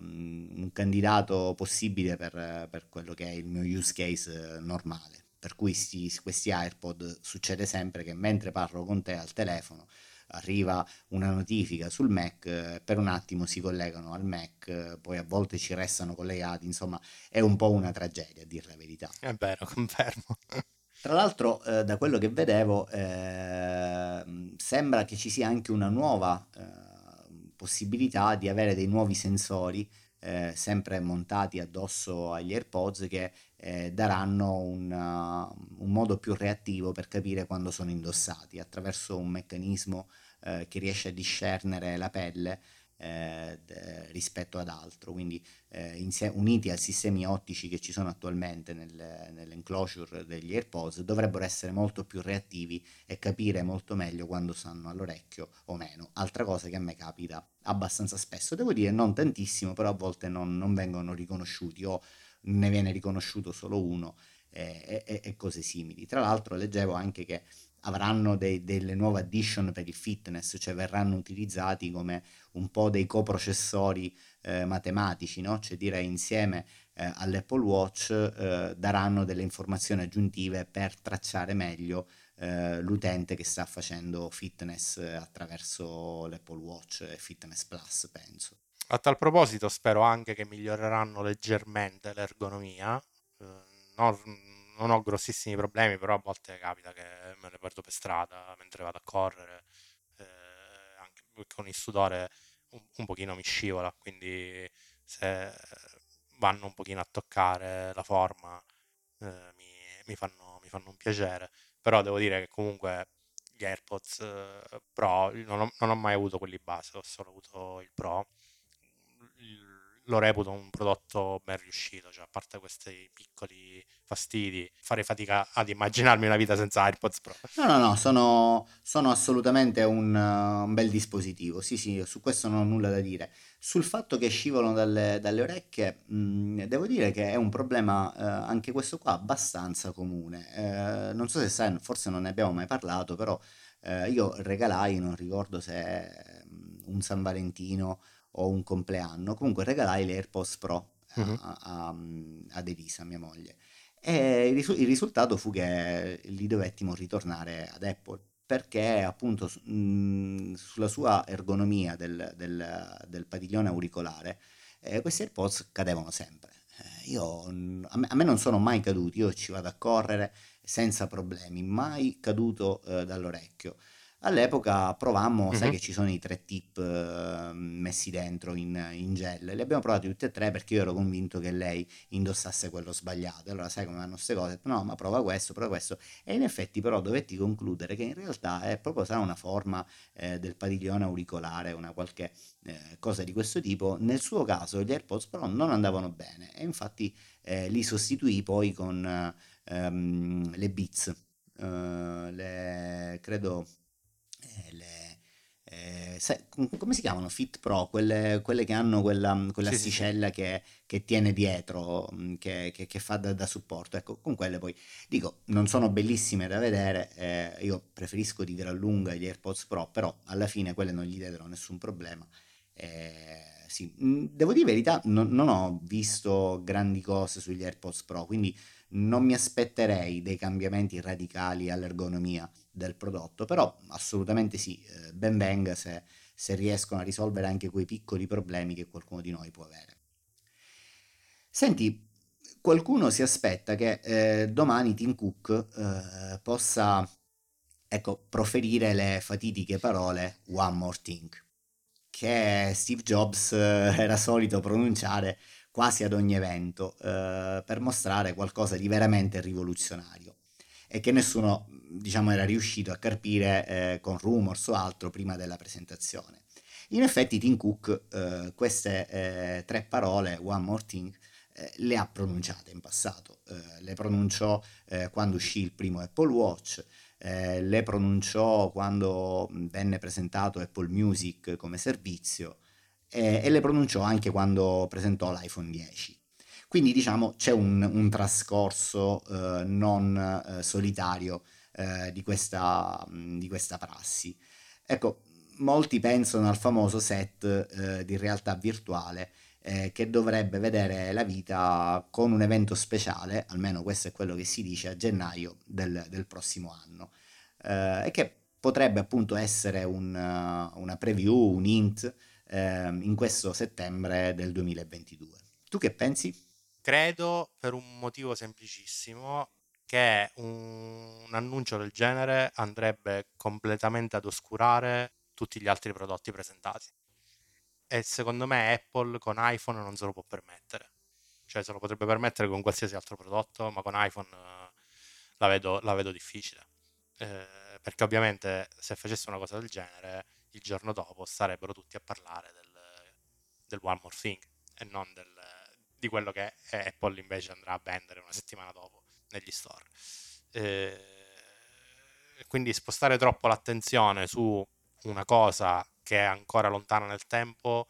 un candidato possibile per, per quello che è il mio use case eh, normale. Per cui sti- questi AirPod succede sempre che mentre parlo con te al telefono arriva una notifica sul Mac, eh, per un attimo si collegano al Mac, eh, poi a volte ci restano collegati, insomma è un po' una tragedia a dire la verità. È vero, confermo. Tra l'altro, eh, da quello che vedevo, ehm, sembra che ci sia anche una nuova eh, possibilità di avere dei nuovi sensori eh, sempre montati addosso agli AirPods, che eh, daranno un, uh, un modo più reattivo per capire quando sono indossati, attraverso un meccanismo eh, che riesce a discernere la pelle eh, d- rispetto ad altro, quindi eh, insie- uniti ai sistemi ottici che ci sono attualmente nel- nell'enclosure degli AirPods, dovrebbero essere molto più reattivi e capire molto meglio quando stanno all'orecchio o meno. Altra cosa che a me capita abbastanza spesso, devo dire non tantissimo, però a volte non, non vengono riconosciuti o ne viene riconosciuto solo uno eh, e, e cose simili. Tra l'altro leggevo anche che avranno dei- delle nuove addition per il fitness, cioè verranno utilizzati come un po' dei coprocessori eh, matematici, no? Cioè dire insieme eh, all'Apple Watch eh, daranno delle informazioni aggiuntive per tracciare meglio eh, l'utente che sta facendo fitness eh, attraverso l'Apple Watch e Fitness Plus, penso. A tal proposito spero anche che miglioreranno leggermente l'ergonomia. Eh, non, non ho grossissimi problemi, però a volte capita che me le perdo per strada mentre vado a correre, eh, anche con il sudore un, un pochino mi scivola, quindi se vanno un pochino a toccare la forma eh, mi, mi fanno, mi fanno un piacere. Però devo dire che comunque gli AirPods eh, Pro non ho, non ho mai avuto quelli base, ho solo avuto il Pro. Il- Lo reputo un prodotto ben riuscito, cioè a parte questi piccoli fastidi, farei fatica ad immaginarmi una vita senza AirPods Pro. No, no, no, sono, sono assolutamente un, uh, un bel dispositivo. Sì, sì, su questo non ho nulla da dire. Sul fatto che scivolano dalle, dalle orecchie, mh, devo dire che è un problema, eh, anche questo qua, abbastanza comune. Eh, non so se sai, forse non ne abbiamo mai parlato, però eh, io regalai, non ricordo se mh, un San Valentino o un compleanno, comunque regalai le AirPods Pro Mhm. a- a- a- ad Elisa, mia moglie. E il, risu- il risultato fu che li dovettimo ritornare ad Apple perché appunto su- mh, sulla sua ergonomia del, del- del padiglione auricolare eh, questi AirPods cadevano sempre. Eh, io, mh, a me, a me non sono mai caduti, io ci vado a correre senza problemi, mai caduto eh, dall'orecchio. All'epoca provammo, sai Mhm. che ci sono i tre tip eh, messi dentro in, in gel, li abbiamo provati tutti e tre perché io ero convinto che lei indossasse quello sbagliato. Allora, sai come vanno queste cose? Ho detto, no, ma prova questo, prova questo. E in effetti, però, dovetti concludere che in realtà è proprio sarà una forma eh, del padiglione auricolare, una qualche eh, cosa di questo tipo. Nel suo caso, gli AirPods però non andavano bene e infatti eh, li sostituì poi con eh, ehm, le Beats. Eh, le, credo eh, le, eh, sai, com- come si chiamano? Fit Pro, quelle, quelle che hanno quella, Sì, sì, sì. quell'asticella che, che tiene dietro, mh, che, che- che fa da, da supporto. Ecco, con quelle poi dico, non sono bellissime da vedere, eh, io preferisco di gran lunga gli AirPods Pro, però alla fine quelle non gli diedero nessun problema. Eh, sì, mh, devo dire la verità, non, non ho visto grandi cose sugli AirPods Pro, quindi non mi aspetterei dei cambiamenti radicali all'ergonomia del prodotto, però assolutamente sì, eh, ben venga se, se riescono a risolvere anche quei piccoli problemi che qualcuno di noi può avere. Senti, qualcuno si aspetta che eh, domani Tim Cook eh, possa, ecco, proferire le fatidiche parole One More Thing, che Steve Jobs eh, era solito pronunciare quasi ad ogni evento, eh, per mostrare qualcosa di veramente rivoluzionario e che nessuno, diciamo, era riuscito a carpire eh, con rumors o altro prima della presentazione. In effetti Tim Cook eh, queste eh, tre parole, One More Thing, eh, le ha pronunciate in passato. Eh, le pronunciò eh, quando uscì il primo Apple Watch, eh, le pronunciò quando venne presentato Apple Music come servizio eh, e le pronunciò anche quando presentò l'iPhone dieci. Quindi diciamo c'è un, un trascorso eh, non eh, solitario eh, di questa, mh, di questa prassi. Ecco, molti pensano al famoso set eh, di realtà virtuale eh, che dovrebbe vedere la vita con un evento speciale, almeno questo è quello che si dice, a gennaio del, del prossimo anno, eh, e che potrebbe appunto essere un, uh, una preview, un hint eh, in questo settembre del duemilaventidue. Tu che pensi? Credo per un motivo semplicissimo che un, un annuncio del genere andrebbe completamente ad oscurare tutti gli altri prodotti presentati. e secondo me Apple con iPhone non se lo può permettere. Cioè se lo potrebbe permettere con qualsiasi altro prodotto, ma con iPhone eh, la vedo, la vedo difficile. Eh, perché ovviamente se facesse una cosa del genere, il giorno dopo starebbero tutti a parlare del, del One More Thing e non del, di quello che Apple invece andrà a vendere una settimana dopo negli store. Eh, quindi spostare troppo l'attenzione su una cosa che è ancora lontana nel tempo,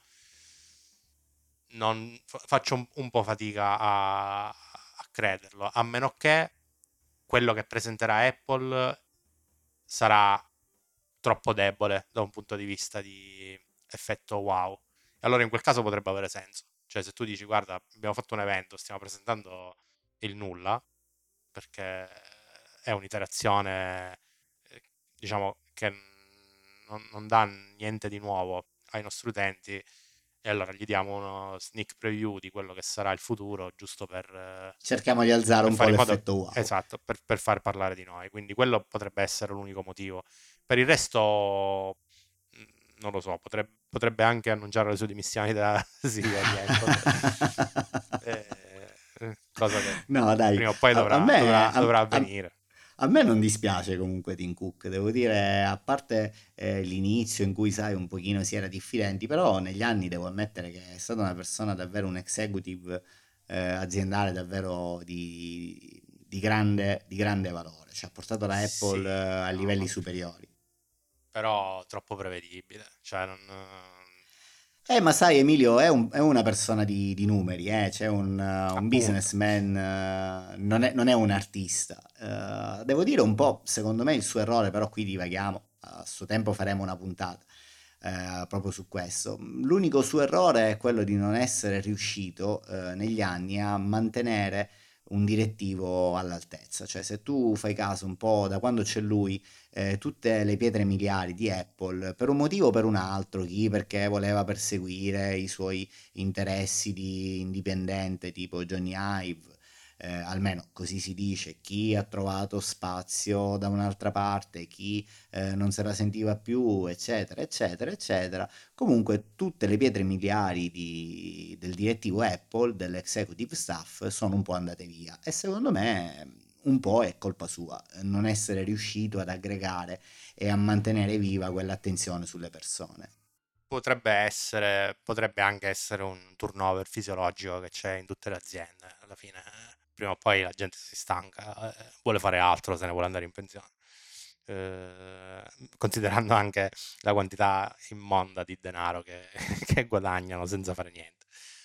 non, faccio un, un po' fatica a, a crederlo, a meno che quello che presenterà Apple sarà troppo debole da un punto di vista di effetto wow. E allora in quel caso potrebbe avere senso. Cioè se tu dici guarda, abbiamo fatto un evento, stiamo presentando il nulla, perché è un'iterazione, eh, diciamo, che non, non dà niente di nuovo ai nostri utenti, e allora gli diamo uno sneak preview di quello che sarà il futuro, giusto per, eh, Cerchiamo di alzare per un po' fare in modo, l'effetto wow. esatto, per, per far parlare di noi. Quindi quello potrebbe essere l'unico motivo. Per il resto, mh, non lo so, potrebbe, potrebbe anche annunciare le sue dimissioni da C E O di Apple, eh, cosa che No, dai, prima o poi a, a dovrà, me, dovrà, a- dovrà a- avvenire. a me non dispiace comunque Tim Cook, devo dire, a parte eh, l'inizio in cui, sai, un pochino si era diffidenti, però negli anni devo ammettere che è stata una persona davvero un executive eh, aziendale davvero di, di grande, di grande valore, ci ha portato la Apple eh, Sì, a no, livelli ma- superiori. però troppo prevedibile. Cioè, non... Eh, ma sai, Emilio è, un- è una persona di, di numeri, eh, c'è un, uh, un appunto. businessman, uh, non è, non è un artista. Uh, devo dire un po', secondo me, il suo errore, però qui divaghiamo, a suo tempo faremo una puntata eh, proprio su questo. L'unico suo errore è quello di non essere riuscito eh, negli anni a mantenere un direttivo all'altezza, cioè se tu fai caso un po' da quando c'è lui, eh, tutte le pietre miliari di Apple, per un motivo o per un altro, chi perché voleva perseguire i suoi interessi di indipendente tipo Johnny Ive, eh, almeno così si dice, chi ha trovato spazio da un'altra parte, chi eh, non se la sentiva più, eccetera, eccetera, eccetera. Comunque tutte le pietre miliari di- del direttivo Apple, dell'executive staff, sono un po' andate via e secondo me un po' è colpa sua, eh, non essere riuscito ad aggregare e a mantenere viva quell'attenzione sulle persone. Potrebbe essere, potrebbe anche essere un turnover fisiologico che c'è in tutte le aziende. Alla fine, eh, prima o poi la gente si stanca, eh, vuole fare altro, se ne vuole andare in pensione. Eh, considerando anche la quantità immonda di denaro che, che guadagnano senza fare niente.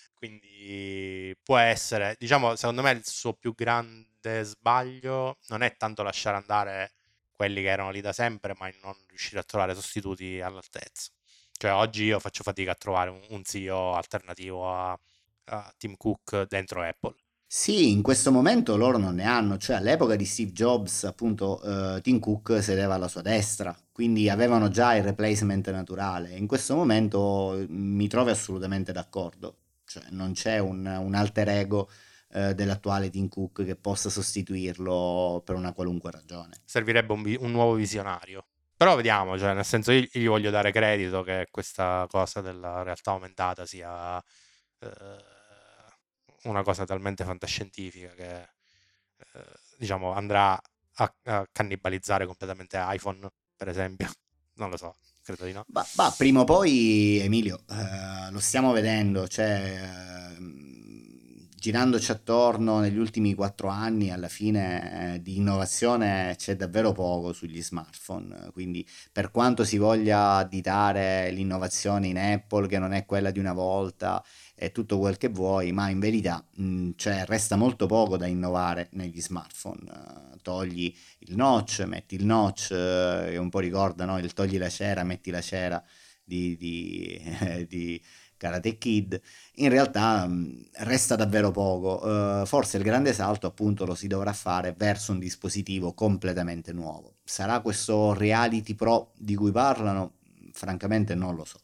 Quindi può essere, diciamo, secondo me il suo più grande sbaglio non è tanto lasciare andare quelli che erano lì da sempre, ma il non riuscire a trovare sostituti all'altezza. Cioè, oggi io faccio fatica a trovare un, un C E O alternativo a, a Tim Cook dentro Apple. Sì, in questo momento loro non ne hanno, cioè all'epoca di Steve Jobs, appunto, eh, Tim Cook sedeva alla sua destra, quindi avevano già il replacement naturale. In questo momento eh, mi trovo assolutamente d'accordo, cioè non c'è un, un alter ego eh, dell'attuale Tim Cook che possa sostituirlo per una qualunque ragione. Servirebbe un, vi- un nuovo visionario. Però vediamo, cioè, nel senso, io io gli voglio dare credito che questa cosa della realtà aumentata sia eh, una cosa talmente fantascientifica che, eh, diciamo, andrà a, a cannibalizzare completamente iPhone, per esempio. Non lo so, credo di no. Bah, bah, prima o poi, Emilio, eh, lo stiamo vedendo, cioè, ehm, girandoci attorno negli ultimi quattro anni, alla fine, eh, di innovazione c'è davvero poco sugli smartphone. Quindi, per quanto si voglia additare l'innovazione in Apple, che non è quella di una volta, e tutto quel che vuoi, ma in verità, mh, cioè, resta molto poco da innovare negli smartphone. Eh, togli il notch, metti il notch, eh, che un po' ricorda, no? Il togli la cera, metti la cera di, di, eh, di Karate Kid. In realtà mh, resta davvero poco. Eh, forse il grande salto appunto lo si dovrà fare verso un dispositivo completamente nuovo. Sarà questo Reality Pro di cui parlano? Francamente non lo so.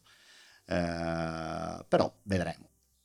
Eh, però vedremo.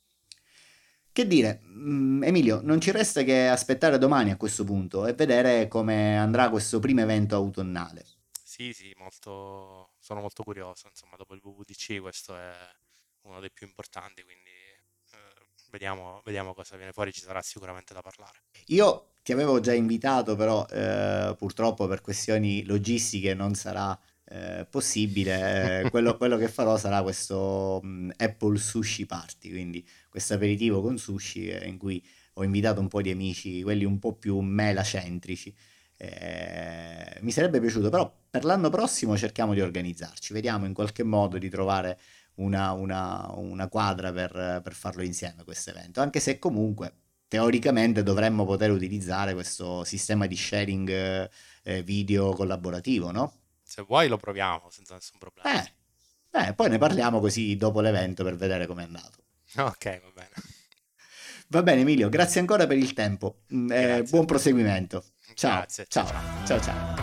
Che dire, mm, Emilio, non ci resta che aspettare domani a questo punto e vedere come andrà questo primo evento autunnale. Sì, sì, molto, sono molto curioso. Insomma, dopo il W W D C questo è uno dei più importanti, quindi eh, vediamo, vediamo cosa viene fuori, ci sarà sicuramente da parlare. Io ti avevo già invitato, però eh, purtroppo per questioni logistiche non sarà eh, possibile. Eh, quello, quello che farò sarà questo mh, Apple Sushi Party, quindi questo aperitivo con sushi eh, in cui ho invitato un po' di amici, quelli un po' più mela-centrici. Eh, mi sarebbe piaciuto, però per l'anno prossimo cerchiamo di organizzarci, vediamo in qualche modo di trovare una, una- una quadra per, per farlo insieme questo evento, anche se comunque teoricamente dovremmo poter utilizzare questo sistema di sharing eh, eh, video collaborativo, no? Se vuoi lo proviamo senza nessun problema. Eh, eh, poi ne parliamo così dopo l'evento per vedere com'è andato. Ok, va bene. Va bene, Emilio, grazie ancora per il tempo. Mm, eh, Grazie a buon te. proseguimento. Ciao, Grazie, ciao ciao, ciao. ciao, ciao.